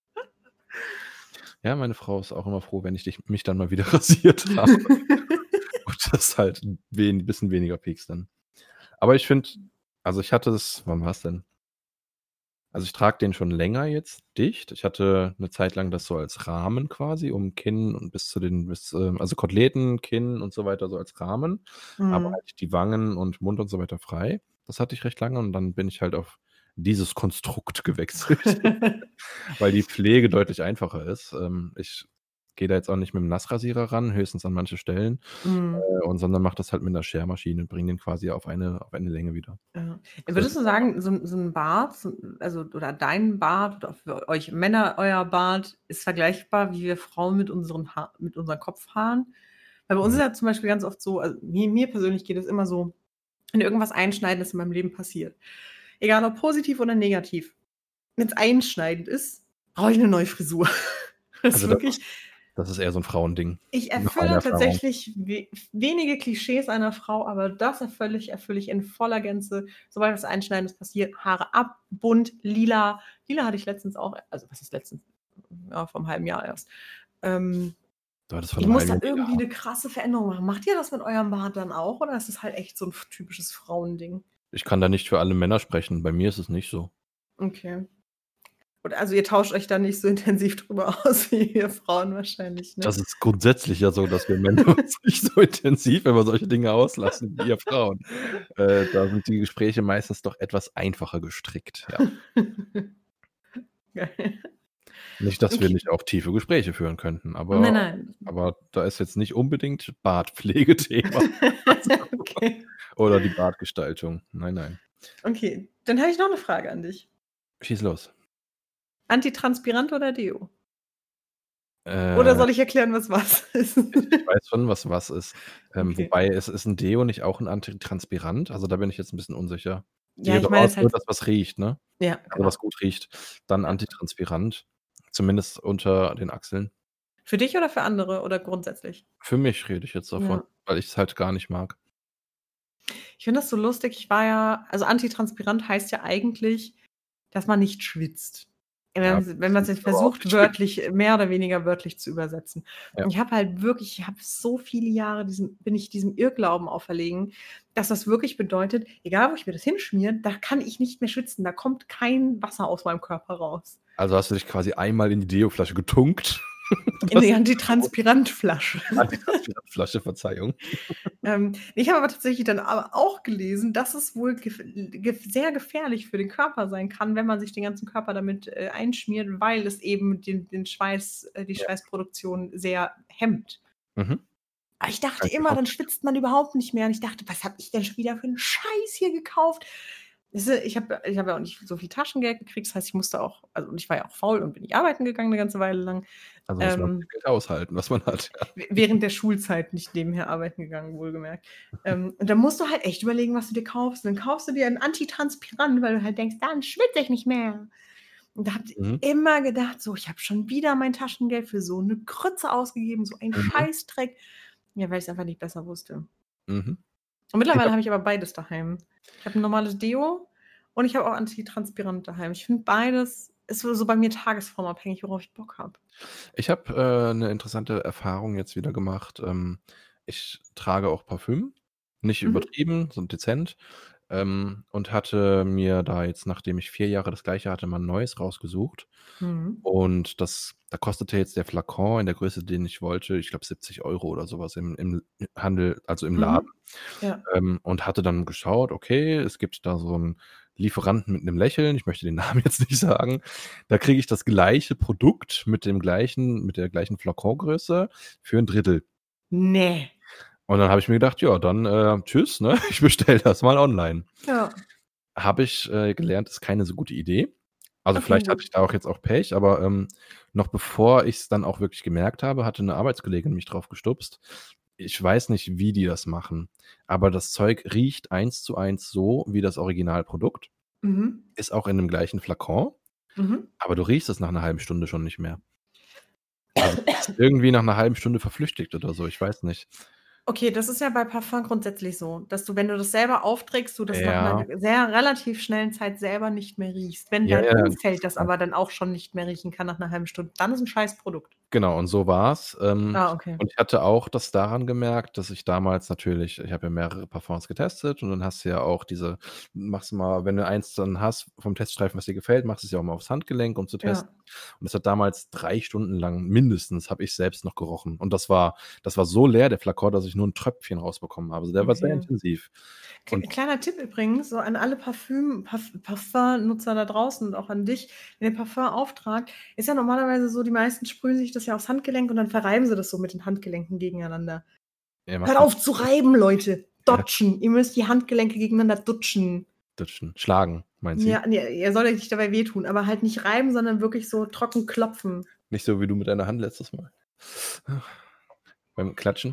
S1: Ja, meine Frau ist auch immer froh, wenn ich dich mich dann mal wieder rasiert habe und das halt wen bisschen weniger piekst dann. Aber ich finde also, ich hatte das wann war's denn? Also, ich trage den schon länger jetzt dicht. Ich hatte 'ne Zeit lang das so als Rahmen quasi um Kinn und bis zu den bis, ähm also, Koteletten, Kinn und so weiter so als Rahmen, aber
S2: Mhm.
S1: halt die Wangen und Mund und so weiter frei. Das hatte ich recht lange und dann bin ich halt auf dieses Konstrukt gewechselt, weil die Pflege deutlich einfacher ist. Ähm, ich gehe da jetzt auch nicht mit'm Nassrasierer ran, höchstens an manche Stellen,
S2: Mhm.
S1: äh, und sondern mache das halt mit 'ner Schermaschine und bringe den quasi auf eine auf eine Länge wieder.
S2: Ja.
S1: So ist
S2: Würdest du
S1: es einfach.
S2: sagen, so 'n so 'n Bart, so also oder dein Bart oder für euch Männer euer Bart ist vergleichbar wie wir Frauen mit unseren Haar mit unseren Kopfhaaren? Weil bei uns ist
S1: Mhm.
S2: ja zum Beispiel ganz oft so also, mir mir persönlich geht es immer so, wenn irgendwas Einschneidendes in meinem Leben passiert, egal ob positiv oder negativ, wenn's einschneidend ist, brauche ich 'ne neue Frisur. Das
S1: Also,
S2: ist
S1: das ist
S2: wirklich
S1: das ist eher so 'n Frauending
S2: Ich
S1: nach meiner
S2: erfülle
S1: Erfahrung.
S2: tatsächlich we wenige Klischees einer Frau, aber das erfülle ich erfülle ich in voller Gänze. Sobald was Einschneidendes passiert, Haare ab, bunt, lila. Lila hatte ich letztens auch also, was heißt letztens? Ja, vor 'nem halben Jahr erst. Ähm,
S1: Du hattest vor
S2: ich
S1: 'nem
S2: muss
S1: halben
S2: da
S1: Jahr lila
S2: irgendwie
S1: Haare?
S2: 'ne krasse Veränderung machen. Macht ihr das mit eurem Bart dann auch oder ist das halt echt so 'n f typisches Frauending?
S1: Ich kann da nicht für alle Männer sprechen. Bei mir ist es nicht so.
S2: Okay. Und also, ihr tauscht euch da nicht so intensiv drüber aus wie wir Frauen wahrscheinlich, ne?
S1: Das ist grundsätzlich ja so, dass wir Männer uns nicht so intensiv über solche Dinge auslassen wie ihr Frauen. Äh, da sind die Gespräche meistens doch etwas einfacher gestrickt, ja.
S2: Geil.
S1: Nicht, dass wir
S2: Okay.
S1: nicht auch tiefe Gespräche führen könnten,
S2: Nein,
S1: aber
S2: nein.
S1: aber da ist jetzt nicht unbedingt Bartpflege Thema
S2: Okay.
S1: oder die Bartgestaltung. Nein, nein.
S2: Okay, dann habe ich noch 'ne Frage an dich.
S1: Schieß los.
S2: Antitranspirant oder Deo? Oder
S1: Äh
S2: soll ich erklären, was was ist?
S1: Ich ich weiß schon, was was ist. Ähm,
S2: Okay.
S1: wobei ist ist 'n Deo nicht auch 'n Antitranspirant? Also, da bin ich jetzt 'n bisschen unsicher.
S2: Ja,
S1: Deo
S2: ich
S1: doch
S2: meine
S1: auch
S2: jetzt
S1: nur
S2: halt
S1: das, was riecht, ne?
S2: Ja,
S1: Also, was
S2: genau.
S1: gut riecht. Dann
S2: Ja.
S1: Antitranspirant, zumindest unter den Achseln.
S2: Für dich oder für andere oder grundsätzlich?
S1: Für mich rede ich jetzt davon,
S2: Ja.
S1: weil ich's halt gar nicht mag.
S2: Ich finde das so lustig. Ich war ja also, antitranspirant heißt ja eigentlich, dass man nicht schwitzt. Wenn
S1: Ja,
S2: man's wenn man's jetzt
S1: aber auch
S2: versucht,
S1: nicht wirklich.
S2: wörtlich mehr oder weniger wörtlich zu übersetzen.
S1: Ja.
S2: Und ich habe halt wirklich ich habe so viele Jahre diesem bin ich diesem Irrglauben auferlegen, dass das wirklich bedeutet, egal wo ich mir das hinschmiere, da kann ich nicht mehr schwitzen. Da kommt kein Wasser aus meinem Körper raus.
S1: Also, hast du dich quasi einmal in die Deoflasche getunkt?
S2: In die Antitranspirantflasche.
S1: Antitranspirantflasche, Verzeihung.
S2: Ähm, ich habe aber tatsächlich dann aber auch gelesen, dass es wohl gef gef sehr gefährlich für den Körper sein kann, wenn man sich den ganzen Körper damit, äh, einschmiert, weil es eben den den Schweiß äh, die
S1: Ja.
S2: Schweißproduktion sehr hemmt.
S1: Mhm.
S2: Aber ich dachte
S1: Kann ich mir
S2: immer, dann
S1: vorstellen.
S2: schwitzt man überhaupt nicht mehr und ich dachte: „Was habe ich denn schon wieder für 'n Scheiß hier gekauft?“ Weißt du, ich habe ich habe ja auch nicht so viel Taschengeld gekriegt, das heißt, ich musste auch also, und ich war ja auch faul und bin nicht arbeiten gegangen 'ne ganze Weile lang.
S1: Also, muss man
S2: Ähm
S1: Geld aushalten, was man hat, ja.
S2: w während der Schulzeit, nicht nebenher arbeiten gegangen, wohlgemerkt. Ähm, und dann musst du halt echt überlegen, was du dir kaufst. Und dann kaufst du dir 'n Antitranspirant, weil du halt denkst: „Dann schwitze ich nicht mehr.“ Und da habe ich
S1: Mhm.
S2: immer gedacht, so: „Ich habe schon wieder mein Taschengeld für so 'ne Grütze ausgegeben, so ein
S1: Mhm.
S2: Scheißdreck.“ Ja, weil ich's einfach nicht besser wusste.
S1: Mhm.
S2: Und
S1: Ich
S2: mittlerweile
S1: habe
S2: habe ich aber beides daheim. Ich habe 'n normales Deo und ich habe auch Antitranspirant daheim. Ich finde, beides ist so so bei mir tagesformabhängig, worauf ich Bock habe.
S1: Ich habe, äh, 'ne interessante Erfahrung jetzt wieder gemacht. Ähm, ich trage auch Parfüm, nicht
S2: Mhm.
S1: übertrieben, so dezent, ähm, und hatte mir da jetzt, nachdem ich vier Jahre das Gleiche hatte, mal 'n neues rausgesucht.
S2: Mhm.
S1: Und das da kostete jetzt der Flakon in der Größe, den ich wollte, ich glaube siebzig Euro oder so was im im Handel, also im Laden.
S2: Mhm. Ja.
S1: Ähm, und hatte dann geschaut, okay, es gibt da so 'n Lieferanten mit 'nem Lächeln, ich möchte den Namen jetzt nicht sagen. Da kriege ich das gleiche Produkt mit dem gleichen mit der gleichen Flakongröße für 'n Drittel.
S2: Ne.
S1: Und dann habe ich mir gedacht: „Ja, dann, äh, tschüss, ne? Ich bestelle das mal online.“
S2: Ja.
S1: Habe ich, äh, gelernt, ist keine so gute Idee. Also,
S2: Okay,
S1: vielleicht hatte
S2: gut.
S1: ich da auch jetzt auch Pech, aber, ähm, noch bevor ich's dann auch wirklich gemerkt habe, hatte 'ne Arbeitskollegin mich drauf gestupst. Ich weiß nicht, wie die das machen, aber das Zeug riecht eins zu eins so wie das Originalprodukt,
S2: Mhm.
S1: ist auch in dem gleichen Flakon,
S2: Mhm.
S1: aber du riechst es nach 'ner halben Stunde schon nicht mehr. Also, das ist irgendwie nach 'ner halben Stunde verflüchtigt oder so, ich weiß nicht.
S2: Okay, das ist ja bei Parfum grundsätzlich so, dass du, wenn du das selber aufträgst, du das nach 'ner
S1: Ja.
S2: g sehr relativ schnellen Zeit selber nicht mehr riechst. Wenn
S1: Ja,
S2: dein
S1: ja.
S2: Umfeld das aber dann auch schon nicht mehr riechen kann nach 'ner halben Stunde, dann ist 'n Scheißprodukt.
S1: Genau, und so war's. Ähm,
S2: Ah, okay.
S1: und ich hatte auch das daran gemerkt, dass ich damals natürlich ich habe ja mehrere Parfums getestet und dann hast du ja auch diese machst mal, wenn du eins dann hast vom Teststreifen, was dir gefällt, machst du's ja auch mal aufs Handgelenk, um zu
S2: Ja.
S1: testen. Und das hat damals drei Stunden lang mindestens habe ich selbst noch gerochen. Und das war das war so leer, der Flakon, dass ich nur 'n Tröpfchen rausbekommen habe. Also, der war sehr
S2: Okay.
S1: intensiv.
S2: K
S1: Und
S2: kleiner Tipp übrigens, so an alle Parfüm Parf Parfum-Nutzer da draußen und auch an dich, wenn ihr Parfum auftragt, ist ja normalerweise so, die meisten sprühen sich das ja aufs Handgelenk und dann verreiben sie das so mit den Handgelenken gegeneinander.
S1: Er
S2: Hört
S1: macht das
S2: auf zu reiben, Leute!
S1: Ja.
S2: Dotschen. Ihr müsst die Handgelenke gegeneinander dutschen.
S1: Dutschen. Schlagen, meint sie?
S2: Ja, ne, ihr sollt euch nicht dabei wehtun, aber halt nicht reiben, sondern wirklich so trocken klopfen.
S1: Nicht so wie du mit deiner Hand letztes Mal. Beim Klatschen?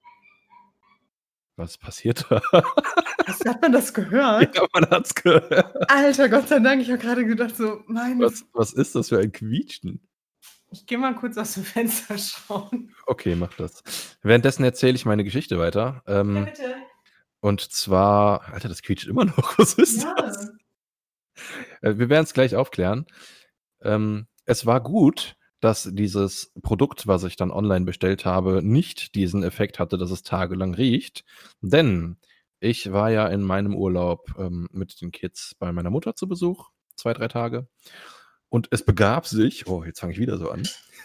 S1: Was passiert da?
S2: Was, hat man das gehört?
S1: Ja, man hat's gehört.
S2: Alter, Gott sei Dank, ich habe grade gedacht so, meine F
S1: Was was ist das für ein Quietschen?
S2: Ich gehe mal kurz aus'm Fenster schauen.
S1: Okay, mach das. Währenddessen erzähle ich meine Geschichte weiter.
S2: Ja,
S1: Ähm,
S2: bitte.
S1: und zwar Alter, das quietscht immer noch. Was ist das?
S2: Ja.
S1: Äh, wir werden's gleich aufklären. Ähm, es war gut, dass dieses Produkt, was ich dann online bestellt habe, nicht diesen Effekt hatte, dass es tagelang riecht, denn ich war ja in meinem Urlaub, ähm, mit den Kids bei meiner Mutter zu Besuch, zwei, drei Tage. Und es begab sich oh, jetzt fange ich wieder so an,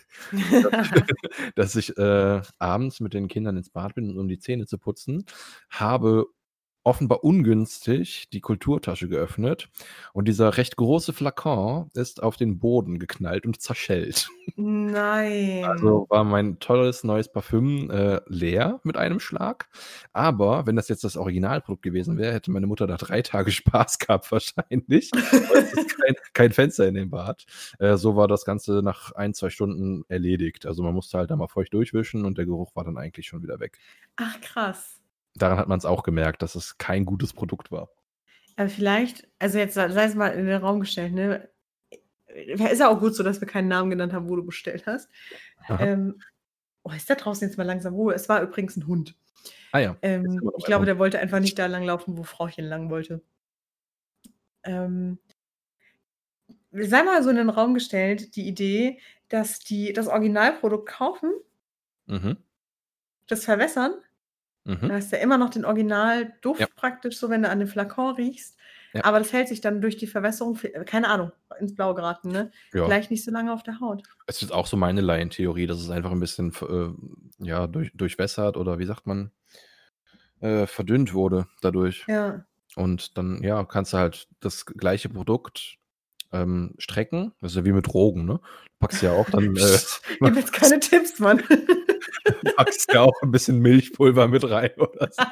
S1: dass ich, äh, abends mit den Kindern ins Bad bin, um die Zähne zu putzen, habe offenbar ungünstig die Kulturtasche geöffnet und dieser recht große Flakon ist auf den Boden geknallt und zerschellt.
S2: Nein.
S1: Also, war mein tolles neues Parfüm, äh, leer mit einem Schlag. Aber wenn das jetzt das Originalprodukt gewesen wäre, hätte meine Mutter da drei Tage Spaß gehabt wahrscheinlich, weil es ist kein kein Fenster in dem Bad. Äh, so war das Ganze nach ein, zwei Stunden erledigt. Also, man musste halt da mal feucht durchwischen und der Geruch war dann eigentlich schon wieder weg.
S2: Ach, krass.
S1: Daran hat man's auch gemerkt, dass es kein gutes Produkt war.
S2: Aber vielleicht also, jetzt sei es mal in den Raum gestellt, ne? Äh, ist ja auch gut so, dass wir keinen Namen genannt haben, wo du bestellt hast.
S1: Aha.
S2: Ähm, oh, ist da draußen jetzt mal langsam Ruhe? Es war übrigens 'n Hund.
S1: Ah ja, ist
S2: Ähm,
S1: immer noch
S2: ich
S1: ein
S2: glaube,
S1: Hund.
S2: der wollte einfach nicht da langlaufen, wo Frauchen lang wollte. Ähm sei mal so in den Raum gestellt, die Idee, dass die das Originalprodukt kaufen
S1: Mhm.
S2: das verwässern
S1: Mhm.
S2: Da hast du ja immer noch den Originalduft
S1: Ja.
S2: praktisch, so wenn du an den Flakon riechst.
S1: Ja.
S2: Aber das hält sich dann durch die Verwässerung, vi keine Ahnung, ins Blaue geraten, ne?
S1: Ja.
S2: Vielleicht nicht so lange auf der Haut.
S1: Es ist auch so meine Laientheorie, dass es einfach 'n bisschen v äh, ja, durch durchwässert oder wie sagt man, äh, verdünnt wurde dadurch.
S2: Ja.
S1: Und dann, ja, kannst du halt das gleiche Produkt, ähm, strecken. Das ist ja wie mit Drogen, ne? Du packst ja auch dann, äh,
S2: Psst, gib jetzt keine Tipps, Mann.
S1: packst ja auch 'n bisschen Milchpulver mit rein oder so.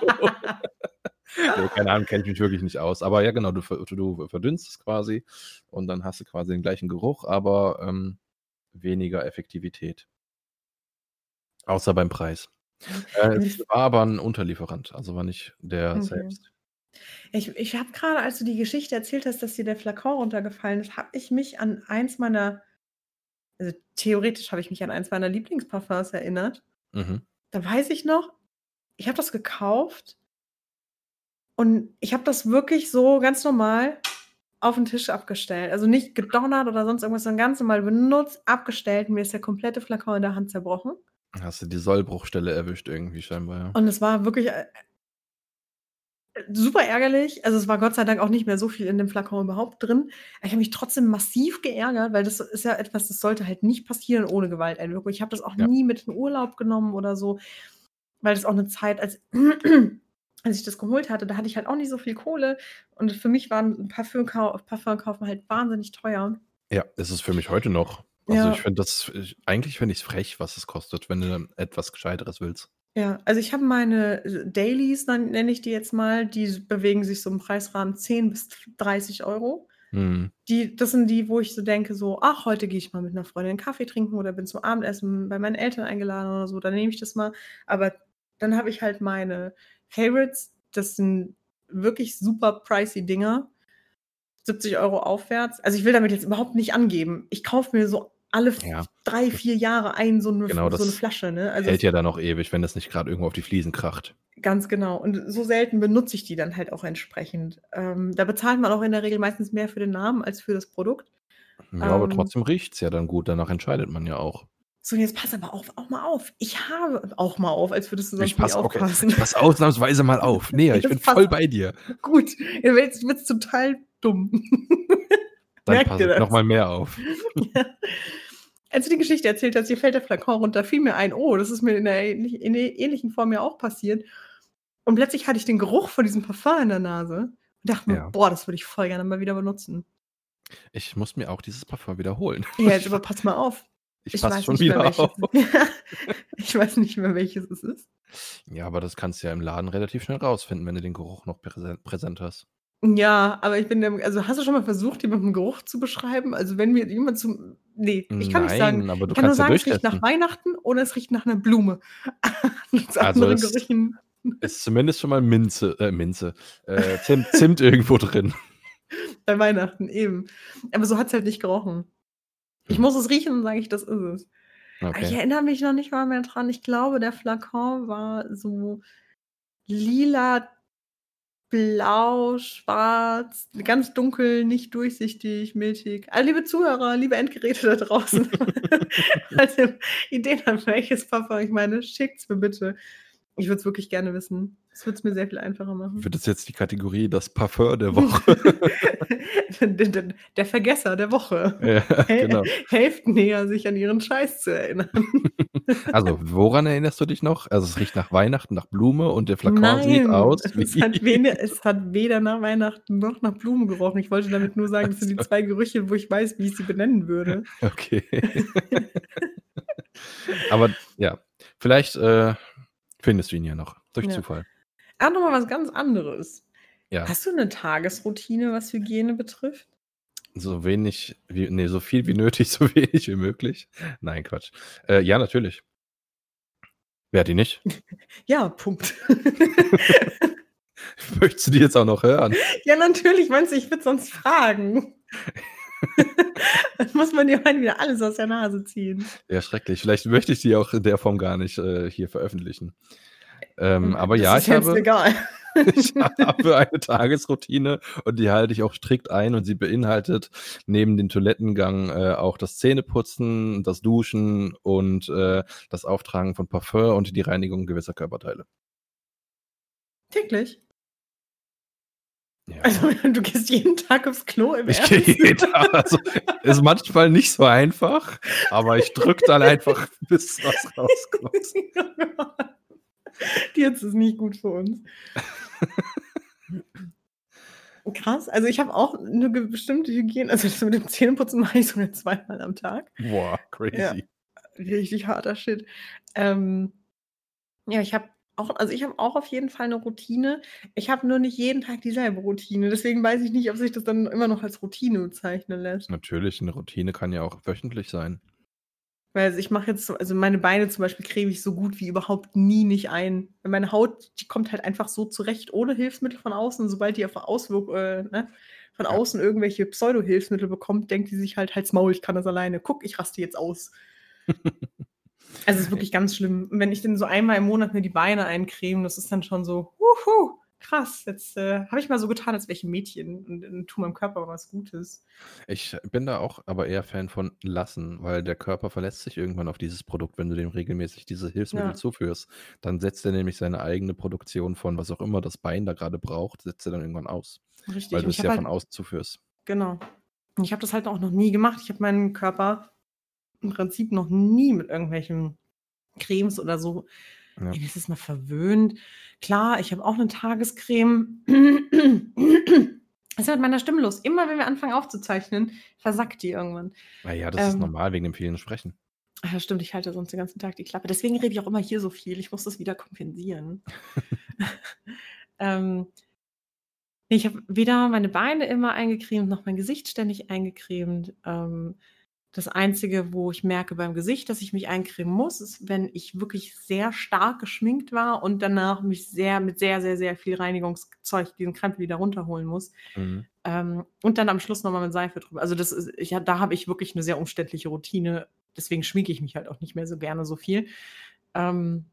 S1: Ne, keine Ahnung, kenne ich mich wirklich nicht aus. Aber ja, genau, du ver du verdünnst es quasi und dann hast du quasi den gleichen Geruch, aber, ähm, weniger Effektivität. Außer beim Preis. Äh, es war aber 'n Unterlieferant, also war nicht der
S2: Okay.
S1: selbst.
S2: Ich ich habe grade, als du die Geschichte erzählt hast, dass dir der Flakon runtergefallen ist, habe ich mich an eins meiner also theoretisch habe ich mich an eins meiner Lieblingsparfums erinnert.
S1: Mhm.
S2: Da weiß ich noch, ich habe das gekauft und ich habe das wirklich so ganz normal auf 'n Tisch abgestellt. Also nicht gedonnert oder sonst irgendwas, sondern ganz normal benutzt, abgestellt und mir ist der komplette Flakon in der Hand zerbrochen.
S1: Hast du die Sollbruchstelle erwischt irgendwie scheinbar, ja.
S2: Und es war wirklich, äh super ärgerlich. Also, es war Gott sei Dank auch nicht mehr so viel in dem Flakon überhaupt drin. Aber ich habe mich trotzdem massiv geärgert, weil das ist ja etwas, das sollte halt nicht passieren ohne Gewalteinwirkung. Ich habe das auch
S1: Ja.
S2: nie mit in Urlaub genommen oder so, weil das auch 'ne Zeit, als als ich das geholt hatte, da hatte ich halt auch nicht so viel Kohle und für mich waren Parfümkau Parfum kaufen halt wahnsinnig teuer.
S1: Ja, ist es für mich heute noch. Also, ich
S2: Ja.
S1: finde das ich eigentlich finde ich's frech, was es kostet, wenn du dann etwas Gescheiteres willst.
S2: Ja, also ich habe meine äh, Dailies, dann nenne ich die jetzt mal, die s bewegen sich so im Preisrahmen zehn bis dreißig Euro.
S1: Mhm.
S2: Die das sind die, wo ich so denke, so: „Ach, heute gehe ich mal mit 'ner Freundin Kaffee trinken oder bin zum Abendessen bei meinen Eltern eingeladen oder so, dann nehme ich das mal.“ Aber dann habe ich halt meine Favorites, das sind wirklich super pricey Dinger, siebzig Euro aufwärts. Also, ich will damit jetzt überhaupt nicht angeben. Ich kaufe mir so alle f
S1: Ja.
S2: drei, vier Jahre ein so 'ne F
S1: Genau,
S2: so 'ne
S1: das
S2: Flasche, ne? Also
S1: hält ja dann auch ewig, wenn das nicht grad irgendwo auf die Fliesen kracht.
S2: Ganz genau. Und so selten benutze ich die dann halt auch entsprechend. Ähm, da bezahlt man auch in der Regel meistens mehr für den Namen als für das Produkt.
S1: Ja, aber
S2: Ähm
S1: trotzdem riecht's ja dann gut, danach entscheidet man ja auch.
S2: So, jetzt pass aber auf auch mal auf. Ich habe auch mal auf, als würdest du
S1: Ich
S2: sonst nie
S1: passe okay,
S2: aufpassen.
S1: ich passe ausnahmsweise mal auf. Ne, ich bin
S2: Jetzt pass
S1: voll bei dir.
S2: Gut, ja, jetzt wird's total dumm.
S1: Dann
S2: Merk
S1: passe
S2: dir
S1: ich noch
S2: das.
S1: mal mehr auf.
S2: Ja. Als du die Geschichte erzählt hast, dir fällt der Flakon runter, fiel mir ein: „Oh, das ist mir in 'ner ähnlich in 'ner ähnlichen Form ja auch passiert.“ Und plötzlich hatte ich den Geruch von diesem Parfum in der Nase und dachte mir:
S1: Ja.
S2: „Boah, das würde ich voll gerne mal wieder benutzen.“
S1: Ich muss mir auch dieses Parfum wiederholen.
S2: Ja, jetzt
S1: Ich
S2: aber
S1: wa
S2: pass mal auf.
S1: ich
S2: Ich
S1: passe
S2: weiß
S1: schon
S2: nicht mehr,
S1: wieder
S2: welches
S1: auf.
S2: ich weiß nicht mehr, welches es ist.
S1: Ja, aber das kannst du ja im Laden relativ schnell rausfinden, wenn du den Geruch noch präsen präsent hast.
S2: Ja, aber ich bin der also, hast du schon mal versucht, jemandem Geruch zu beschreiben? Also, wenn mir jemand zum ne, ich kann nicht sagen
S1: Nein, aber
S2: ich
S1: du
S2: kann nur
S1: kannst ja
S2: sagen, es riecht nach
S1: durchtesten.
S2: Weihnachten oder es riecht nach 'ner Blume. Zu
S1: Also,
S2: anderen
S1: ist
S2: Gerüchen
S1: ist zumindest schon mal Minze äh, Minze, äh, Zimt Zimt irgendwo drin.
S2: Bei Weihnachten, eben. Aber so hat's halt nicht gerochen. Ich
S1: Hm.
S2: muss es riechen, dann sage ich, das ist es. Aber ich
S1: Okay.
S2: erinnere mich noch nicht mal mehr dran. Ich glaube, der Flakon war so lila, blau, schwarz, ganz dunkel, nicht durchsichtig, milchig. Ah, liebe Zuhörer, liebe Endgeräte da draußen, falls ihr Ideen habt, welches Parfum ich meine, schickt's mir bitte. Ich würde es wirklich gerne wissen. Das würde es mir sehr viel einfacher machen.
S1: Wird das jetzt die Kategorie das Parfum der Woche?
S2: D d der Vergesser der Woche.
S1: Ja,
S2: He
S1: genau.
S2: helft Nea, sich an ihren Scheiß zu erinnern.
S1: Also, woran erinnerst du dich noch? Also, es riecht nach Weihnachten, nach Blume und der Flakon sieht
S2: Nein,
S1: aus
S2: es hat
S1: wie
S2: wede es hat weder nach Weihnachten noch nach Blumen gerochen. Ich wollte damit nur sagen,
S1: Ach
S2: das sind die
S1: so.
S2: zwei Gerüche, wo ich weiß, wie ich sie benennen würde.
S1: Okay. Aber ja, vielleicht, äh, findest du ihn ja noch durch
S2: Ja.
S1: Zufall.
S2: Ah, noch mal was ganz anderes.
S1: Ja.
S2: Hast du 'ne Tagesroutine, was Hygiene betrifft?
S1: So wenig wie ne, so viel wie nötig, so wenig wie möglich. Nein, Quatsch. Äh, ja, natürlich. Wer hat die nicht?
S2: Ja, Punkt.
S1: Möchtest du die jetzt auch noch hören?
S2: Ja, natürlich, meinst du, ich würde sonst fragen? Dann muss man dir mal wieder alles aus der Nase ziehen.
S1: Ja, schrecklich. Vielleicht möchte ich die auch in der Form gar nicht, äh, hier veröffentlichen. Ähm, aber
S2: Das
S1: ja,
S2: ist
S1: ich
S2: jetzt
S1: habe
S2: egal.
S1: ich habe eine Tagesroutine und die halte ich auch strikt ein und sie beinhaltet neben dem Toilettengang, äh, auch das Zähneputzen, das Duschen und, äh, das Auftragen von Parfum und die Reinigung gewisser Körperteile.
S2: Täglich?
S1: Ja.
S2: Also, du gehst jeden Tag aufs Klo im
S1: Ich
S2: Ernst?
S1: gehe jeden Tag. Also, ist manchmal nicht so einfach, aber ich drücke dann einfach, bis was rauskommt.
S2: Oh Gott. Jetzt ist nicht gut für uns. Krass. Also, ich habe auch 'ne ge bestimmte Hygiene. Also, das mit dem Zähneputzen mache ich sogar zweimal am Tag.
S1: Boah,
S2: Ja,
S1: crazy.
S2: richtig harter Shit. Ähm, ja, ich habe auch also, ich habe auch auf jeden Fall 'ne Routine. Ich habe nur nicht jeden Tag dieselbe Routine. Deswegen weiß ich nicht, ob sich das dann immer noch als Routine bezeichnen lässt.
S1: Natürlich, 'ne Routine kann ja auch wöchentlich sein.
S2: Weil also, ich mache jetzt so also, meine Beine zum Beispiel creme ich so gut wie überhaupt nie nicht ein. Weil meine Haut, die kommt halt einfach so zurecht ohne Hilfsmittel von außen. Und sobald die auf Auswirk äh, ne, von
S1: Ja.
S2: außen irgendwelche Pseudo-Hilfsmittel bekommt, denkt die sich halt: „Halt's Maul, ich kann das alleine. Guck, ich raste jetzt aus.“ Also, es ist wirklich ganz schlimm. Und wenn ich dann so einmal im Monat mir die Beine eincreme, das ist dann schon so: „Huhu, krass, jetzt, äh, habe ich mal so getan, als wäre ich 'n Mädchen und und tue meinem Körper was Gutes.“
S1: Ich bin da auch aber eher Fan von lassen, weil der Körper verlässt sich irgendwann auf dieses Produkt, wenn du dem regelmäßig diese Hilfsmittel
S2: Ja.
S1: zuführst. Dann setzt er nämlich seine eigene Produktion von was auch immer das Bein da grade braucht, setzt er dann irgendwann aus,
S2: Richtig.
S1: weil
S2: Und
S1: du
S2: ich
S1: es
S2: habe
S1: ja
S2: halt
S1: von außen zuführst.
S2: Genau. Und ich habe das halt auch noch nie gemacht. Ich habe meinen Körper im Prinzip noch nie mit irgendwelchen Cremes oder so,
S1: Ja.
S2: ich nenne es mal, verwöhnt. Klar, ich habe auch 'ne Tagescreme. Was ist mit meiner Stimme los? Immer wenn wir anfangen aufzuzeichnen, versackt die irgendwann.
S1: Na ja, das ist
S2: Ähm
S1: normal wegen dem vielen Sprechen.
S2: Ach ja, stimmt, ich halte sonst den ganzen Tag die Klappe. Deswegen rede ich auch immer hier so viel. Ich muss das wieder kompensieren. Ähm ne, ich habe weder meine Beine immer eingecremt noch mein Gesicht ständig eingecremt. Ähm, das Einzige, wo ich merke beim Gesicht, dass ich mich eincremen muss, ist, wenn ich wirklich sehr stark geschminkt war und danach mich sehr mit sehr, sehr, sehr viel Reinigungszeug diesen Krempel wieder runterholen muss.
S1: Mhm.
S2: Ähm, und dann am Schluss noch mal mit Seife drüber. Also, das ist ich ha da habe ich wirklich 'ne sehr umständliche Routine. Deswegen schminke ich mich halt auch nicht mehr so gerne so viel. Ähm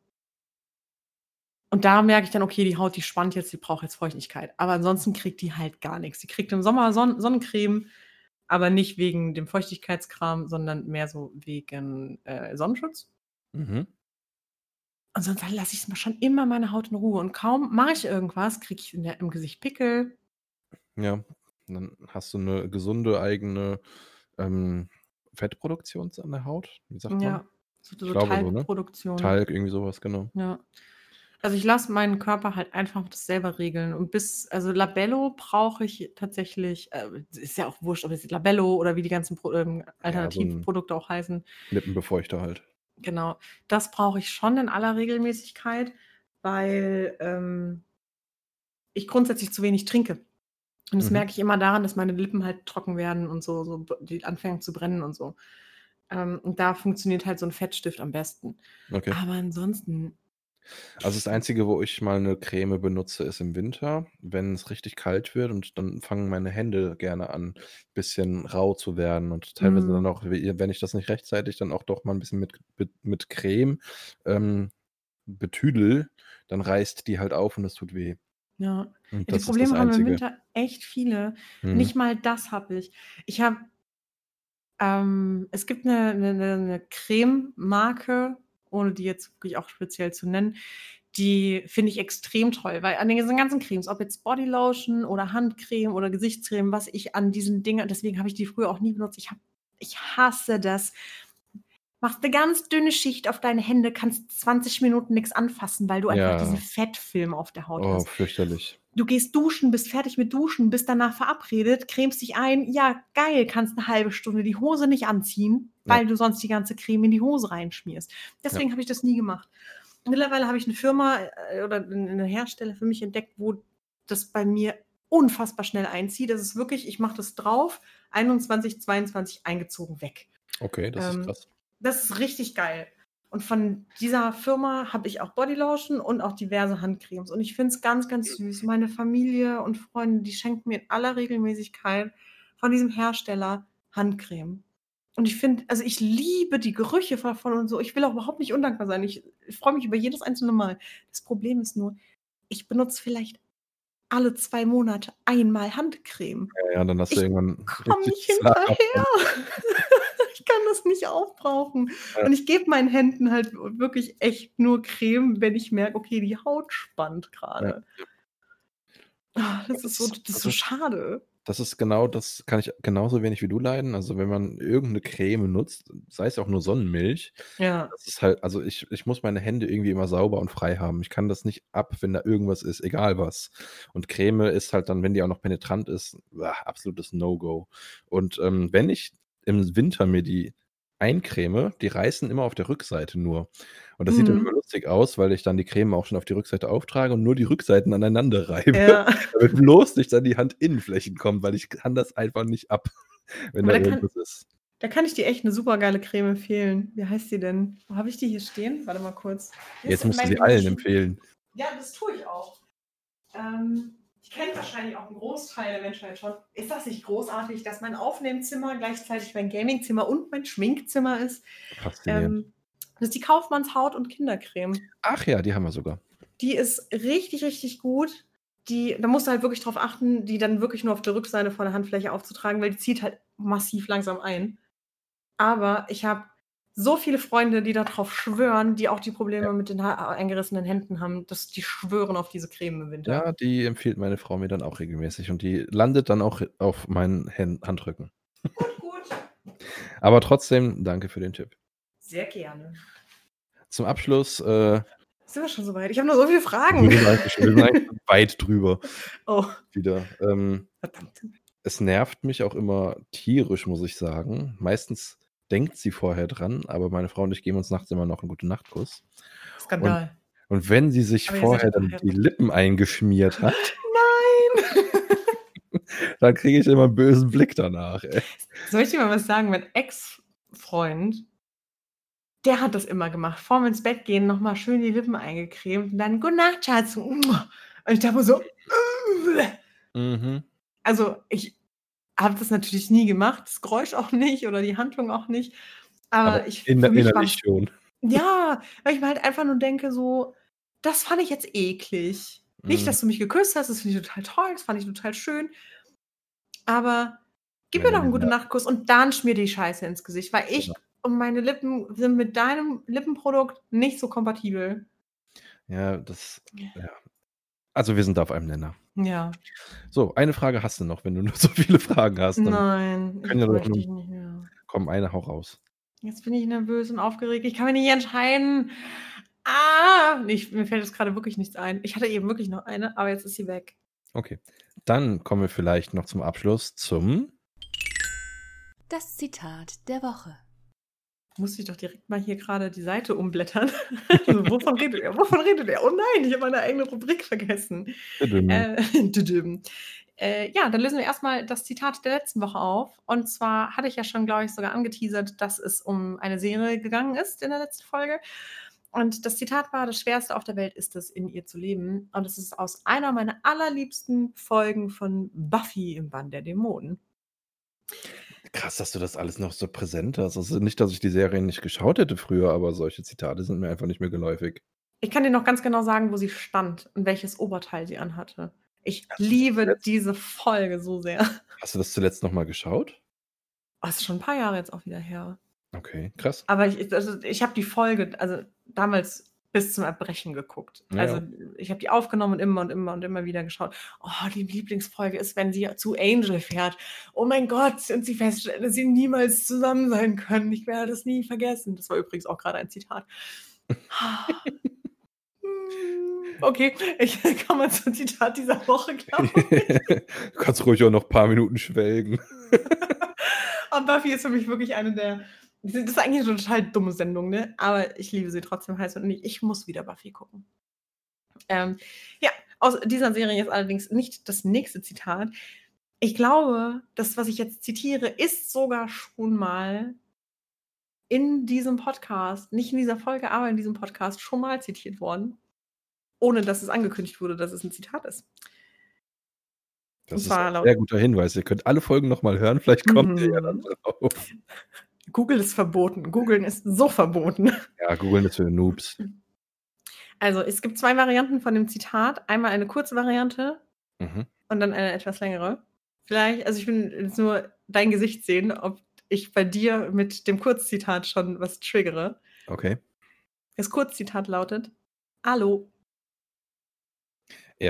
S2: und da merke ich dann: „Okay, die Haut, die spannt jetzt, die braucht jetzt Feuchtigkeit.“ Aber ansonsten kriegt die halt gar nix. Die kriegt im Sommer Sonn Sonnencreme, aber nicht wegen dem Feuchtigkeitskram, sondern mehr so wegen, äh, Sonnenschutz.
S1: Mhm.
S2: Ansonsten lasse ich es mal schon immer meine Haut in Ruhe. Und kaum mache ich irgendwas, kriege ich in der im Gesicht Pickel.
S1: Ja, dann hast du 'ne gesunde eigene, ähm, Fettproduktion an der Haut? Wie sagt man?
S2: Ja, so
S1: Ich
S2: so
S1: glaube so, ne?
S2: Talgproduktion.
S1: Talg, irgendwie so was, genau.
S2: Ja. Also, ich lasse meinen Körper halt einfach das selber regeln und bis also, Labello brauche ich tatsächlich äh, ist ja auch wurscht, ob jetzt Labello oder wie die ganzen Pro ähm,
S1: Ja, so 'n
S2: Alternativprodukte auch heißen.
S1: Lippenbefeuchter halt.
S2: Genau. Das brauche ich schon in aller Regelmäßigkeit, weil, ähm ich grundsätzlich zu wenig trinke. Und das
S1: Mhm.
S2: merke ich immer daran, dass meine Lippen halt trocken werden und so so b die anfangen zu brennen und so. Ähm, und da funktioniert halt so 'n Fettstift am besten.
S1: Okay.
S2: Aber ansonsten
S1: Also, das Einzige, wo ich mal 'ne Creme benutze, ist im Winter, wenn's richtig kalt wird und dann fangen meine Hände gerne an, bisschen rau zu werden und teilweise dann
S2: Mhm.
S1: auch, we wenn ich das nicht rechtzeitig dann auch doch mal 'n bisschen mit mit mit Creme, ähm, betüdele, dann reißt die halt auf und es tut weh.
S2: Ja.
S1: Und
S2: Ja, die
S1: das ist das
S2: Probleme haben im
S1: Einzige.
S2: Winter echt viele.
S1: Mhm.
S2: Nicht mal das habe ich. Ich habe ähm, es gibt 'ne 'ne 'ne 'ne Crememarke, ohne die jetzt wirklich auch speziell zu nennen, die finde ich extrem toll, weil an den diesen ganzen Cremes, ob jetzt Bodylotion oder Handcreme oder Gesichtscreme, was ich an diesen Dingern deswegen habe ich die früher auch nie benutzt. Ich habe ich hasse das. Machst 'ne ganz dünne Schicht auf deine Hände, kannst zwanzig Minuten nix anfassen, weil du einfach diesen
S1: Ja.
S2: Fettfilm auf der Haut
S1: Oh,
S2: hast.
S1: fürchterlich.
S2: Du gehst duschen, bist fertig mit Duschen, bist danach verabredet, cremst dich ein. Ja, geil, kannst 'ne halbe Stunde die Hose nicht anziehen,
S1: Ja.
S2: weil du sonst die ganze Creme in die Hose reinschmierst.
S1: Ja.
S2: Deswegen habe ich das nie gemacht. Mittlerweile habe ich 'ne Firma, äh, oder 'n 'nen Hersteller für mich entdeckt, wo das bei mir unfassbar schnell einzieht. Das ist wirklich ich mache das drauf, einundzwanzig, zweiundzwanzig eingezogen, weg.
S1: Okay, das ist
S2: Ähm,
S1: krass.
S2: das ist richtig geil. Und von dieser Firma habe ich auch Bodylotion und auch diverse Handcremes. Und ich finde es ganz, ganz süß. Meine Familie und Freunde, die schenken mir in aller Regelmäßigkeit von diesem Hersteller Handcreme. Und ich finde also, ich liebe die Gerüche davon und so. Ich will auch überhaupt nicht undankbar sein. Ich ich freue mich über jedes einzelne Mal. Das Problem ist nur, ich benutze vielleicht alle zwei Monate einmal Handcreme.
S1: Ja, ja, dann hast du
S2: Ich
S1: irgendwann
S2: komme nicht
S1: richtiges Lager
S2: hinterher.
S1: voll.
S2: Ich kann das nicht aufbrauchen.
S1: Ja.
S2: Und ich gebe meinen Händen halt w wirklich echt nur Creme, wenn ich merke, okay, die Haut spannt
S1: Ja.
S2: grade. Ah, das
S1: Das
S2: ist so
S1: ist
S2: das ist
S1: das
S2: so
S1: ist
S2: schade.
S1: das ist genau das kann ich genauso wenig wie du leiden. Also, wenn man irgend 'ne Creme nutzt, sei es auch nur Sonnenmilch,
S2: Ja.
S1: das ist halt also, ich ich muss meine Hände irgendwie immer sauber und frei haben. Ich kann das nicht ab, wenn da irgendwas ist, egal was. Und Creme ist halt dann, wenn die auch noch penetrant ist, ah, absolutes No-Go. Und, ähm, wenn ich im Winter mir die eincreme, die reißen immer auf der Rückseite nur. Und das sieht dann immer
S2: Mhm.
S1: lustig aus, weil ich dann die Creme auch schon auf die Rückseite auftrage und nur die Rückseiten aneinander reibe,
S2: Ja.
S1: damit bloß nicht an die Handinnenflächen kommt, weil ich kann das einfach nicht ab, wenn
S2: Aber
S1: da
S2: da kann
S1: irgendwas ist.
S2: da kann ich dir echt 'ne supergeile Creme empfehlen. Wie heißt die denn? Wo habe ich die hier stehen? Warte mal kurz. Die ist
S1: Jetzt
S2: in
S1: musst du
S2: meinem
S1: sie
S2: in meinem
S1: allen
S2: Schu
S1: empfehlen.
S2: Ja, das tue ich auch. Ähm, die kennt wahrscheinlich auch 'n Großteil der Menschheit schon. Ist das nicht großartig, dass mein Aufnehmzimmer gleichzeitig mein Gamingzimmer und mein Schminkzimmer ist?
S1: Faszinierend.
S2: Ähm, das ist die Kaufmanns Haut und Kindercreme.
S1: Ach ja, die haben wir sogar.
S2: Die ist richtig, richtig gut. Die da musst du halt wirklich drauf achten, die dann wirklich nur auf der Rückseite von der Handfläche aufzutragen, weil die zieht halt massiv langsam ein. Aber ich habe so viele Freunde, die da drauf schwören, die auch die
S1: Ja.
S2: Probleme mit den ha eingerissenen Händen haben, dass die schwören auf diese Creme im Winter.
S1: Ja, die empfiehlt meine Frau mir dann auch regelmäßig und die landet dann auch auf meinen Hän Handrücken.
S2: Gut, gut.
S1: Aber trotzdem, danke für den Tipp.
S2: Sehr gerne.
S1: Zum Abschluss, äh
S2: Sind wir schon so weit? Ich habe noch so viele Fragen.
S1: Wir sind eigentlich schon wir sind eigentlich schon weit drüber
S2: Oh.
S1: wieder. Ähm,
S2: Verdammt.
S1: es nervt mich auch immer tierisch, muss ich sagen. Meistens denkt sie vorher dran, aber meine Frau und ich geben uns nachts immer noch 'n Gute-Nacht-Kuss. Und
S2: Skandal.
S1: und wenn sie sich
S2: Aber ihr seid
S1: vorher
S2: ja
S1: dann die
S2: verheiratet.
S1: Lippen eingeschmiert hat
S2: Nein.
S1: dann kriege ich immer 'n bösen Blick danach, ey.
S2: Soll ich dir mal was sagen? Mein Ex-Freund, der hat das immer gemacht. Vorm ins Bett gehen noch mal schön die Lippen eingecremt und dann: „Gute Nacht, Schatz." Und ich dachte mir so
S1: Mhm.
S2: Also, ich habe das natürlich nie gemacht, das Geräusch auch nicht oder die Handlung auch nicht.
S1: Aber
S2: Aber ich
S1: inner
S2: für mich
S1: innerlich
S2: war's
S1: schon.
S2: ja, weil ich mir halt einfach nur denke so: „Das fand ich jetzt eklig. Nicht,
S1: Mhm.
S2: dass du mich geküsst hast, das finde ich total toll, das fand ich total schön. Aber gib
S1: Ne,
S2: mir
S1: ne,
S2: doch 'n
S1: ne, ne.
S2: Gute-Nacht-Kuss und dann schmier die Scheiße ins Gesicht, weil
S1: Genau.
S2: ich und meine Lippen sind mit deinem Lippenprodukt nicht so kompatibel."
S1: Ja, das ja. Also, wir sind da auf einem Nenner.
S2: Ja.
S1: So, eine Frage hast du noch, wenn du noch so viele Fragen hast, dann
S2: Nein,
S1: können
S2: ich
S1: ja noch
S2: bräuchte
S1: nur
S2: dich nicht mehr.
S1: komm, eine hau raus.
S2: Jetzt bin ich nervös und aufgeregt. Ich kann mich nicht entscheiden. Ah, ne, ich mir fällt jetzt grade wirklich nichts ein. Ich hatte eben wirklich noch eine, aber jetzt ist sie weg.
S1: Okay. Dann kommen wir vielleicht noch zum Abschluss zum
S3: Das Zitat der Woche.
S2: Musste ich doch direkt mal hier grade die Seite umblättern. So, wovon redet er? Wovon redet er? Oh nein, ich habe meine eigene Rubrik vergessen.
S1: Düdüm.
S2: Äh, düdüm. Äh, ja, dann lösen wir erst mal das Zitat der letzten Woche auf. Und zwar hatte ich ja schon, glaube ich, sogar angeteasert, dass es um eine Serie gegangen ist in der letzten Folge. Und das Zitat war: „Das Schwerste auf der Welt ist es, in ihr zu leben." Und es ist aus einer meiner allerliebsten Folgen von Buffy im Bann der Dämonen.
S1: Krass, dass du das alles noch so präsent hast. Also, nicht, dass ich die Serie nicht geschaut hätte früher, aber solche Zitate sind mir einfach nicht mehr geläufig.
S2: Ich kann dir noch ganz genau sagen, wo sie stand und welches Oberteil sie anhatte. Ich
S1: Hast du das
S2: liebe
S1: zuletzt
S2: diese Folge so sehr.
S1: Hast du das zuletzt noch mal geschaut?
S2: Oh, ist schon 'n paar Jahre jetzt auch wieder her.
S1: Okay, krass.
S2: Aber ich also, ich habe die Folge, also, damals bis zum Erbrechen geguckt.
S1: Ja,
S2: Also,
S1: ja.
S2: ich habe die aufgenommen und immer und immer und immer wieder geschaut. Oh, die Lieblingsfolge ist, wenn sie zu Angel fährt. Oh mein Gott, und sie feststellt, dass sie niemals zusammen sein können. Ich werde das nie vergessen. Das war übrigens auch grade ein Zitat. Hm, okay, ich komme mal zum Zitat dieser Woche, glaube ich.
S1: Du kannst ruhig auch noch paar Minuten schwelgen.
S2: Und Buffy ist für mich wirklich eine der das ist eigentlich 'ne total dumme Sendung, ne? Aber ich liebe sie trotzdem heiß und innig. Ich muss wieder Buffy gucken. Ähm, ja, aus dieser Serie jetzt allerdings nicht das nächste Zitat. Ich glaube, das, was ich jetzt zitiere, ist sogar schon mal in diesem Podcast, nicht in dieser Folge, aber in diesem Podcast schon mal zitiert worden, ohne dass es angekündigt wurde, dass es 'n Zitat ist. Und
S1: Das ist
S2: zwar
S1: ein
S2: laut
S1: sehr guter Hinweis. Ihr könnt alle Folgen noch mal hören, vielleicht kommt ihr ja dann
S2: Mhm.
S1: drauf.
S2: Google ist verboten. Googeln ist so verboten.
S1: Ja, googeln ist für Noobs.
S2: Also, es gibt zwei Varianten von dem Zitat. Einmal eine kurze Variante
S1: Mhm.
S2: und dann eine etwas längere. Vielleicht also, ich will jetzt nur dein Gesicht sehen, ob ich bei dir mit dem Kurzzitat schon was triggere.
S1: Okay.
S2: Das Kurzzitat lautet: „Hallo."
S1: Ja.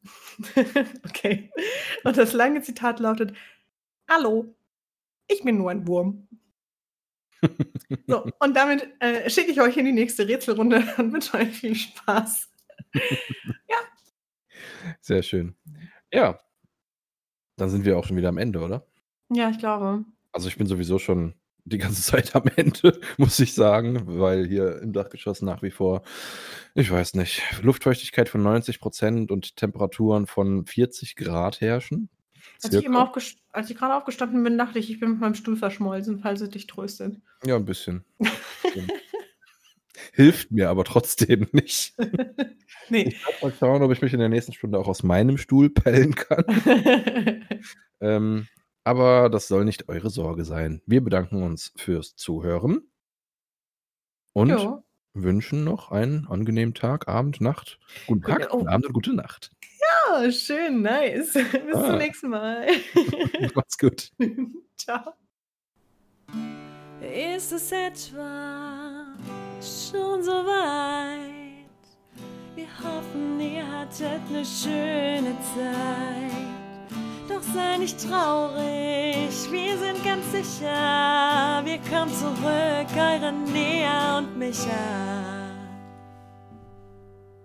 S2: Okay. Und das lange Zitat lautet: „Hallo, ich bin nur ein Wurm.“ So, und damit, äh, schicke ich euch in die nächste Rätselrunde und wünsche euch viel Spaß. Ja.
S1: Sehr schön. Ja. Dann sind wir auch schon wieder am Ende, oder?
S2: Ja, ich glaube.
S1: Also, ich bin sowieso schon die ganze Zeit am Ende, muss ich sagen, weil hier im Dachgeschoss nach wie vor, ich weiß nicht, Luftfeuchtigkeit von neunzig Prozent und Temperaturen von vierzig Grad herrschen.
S2: Als ich eben
S1: Circa.
S2: aufgest als ich gerade aufgestanden bin, dachte ich, ich bin mit meinem Stuhl verschmolzen, falls es dich tröstet.
S1: Ja, 'n bisschen. Stimmt. Hilft mir aber trotzdem nicht.
S2: Ne.
S1: Ich werde mal schauen, ob ich mich in der nächsten Stunde auch aus meinem Stuhl pellen kann. Ähm, aber das soll nicht eure Sorge sein. Wir bedanken uns fürs Zuhören und
S2: Ja.
S1: wünschen noch einen angenehmen Tag, Abend, Nacht. Guten Tag,
S2: Oh.
S1: guten Abend und gute Nacht.
S2: Ja, schön, nice. Bis
S1: Ah.
S2: zum nächsten Mal.
S1: Macht's gut.
S2: Ciao.
S3: Ist es etwa schon so weit? Wir hoffen, ihr hattet eine schöne Zeit. Doch sei nicht traurig, wir sind ganz sicher, wir kommen zurück, eure Nea und Micha.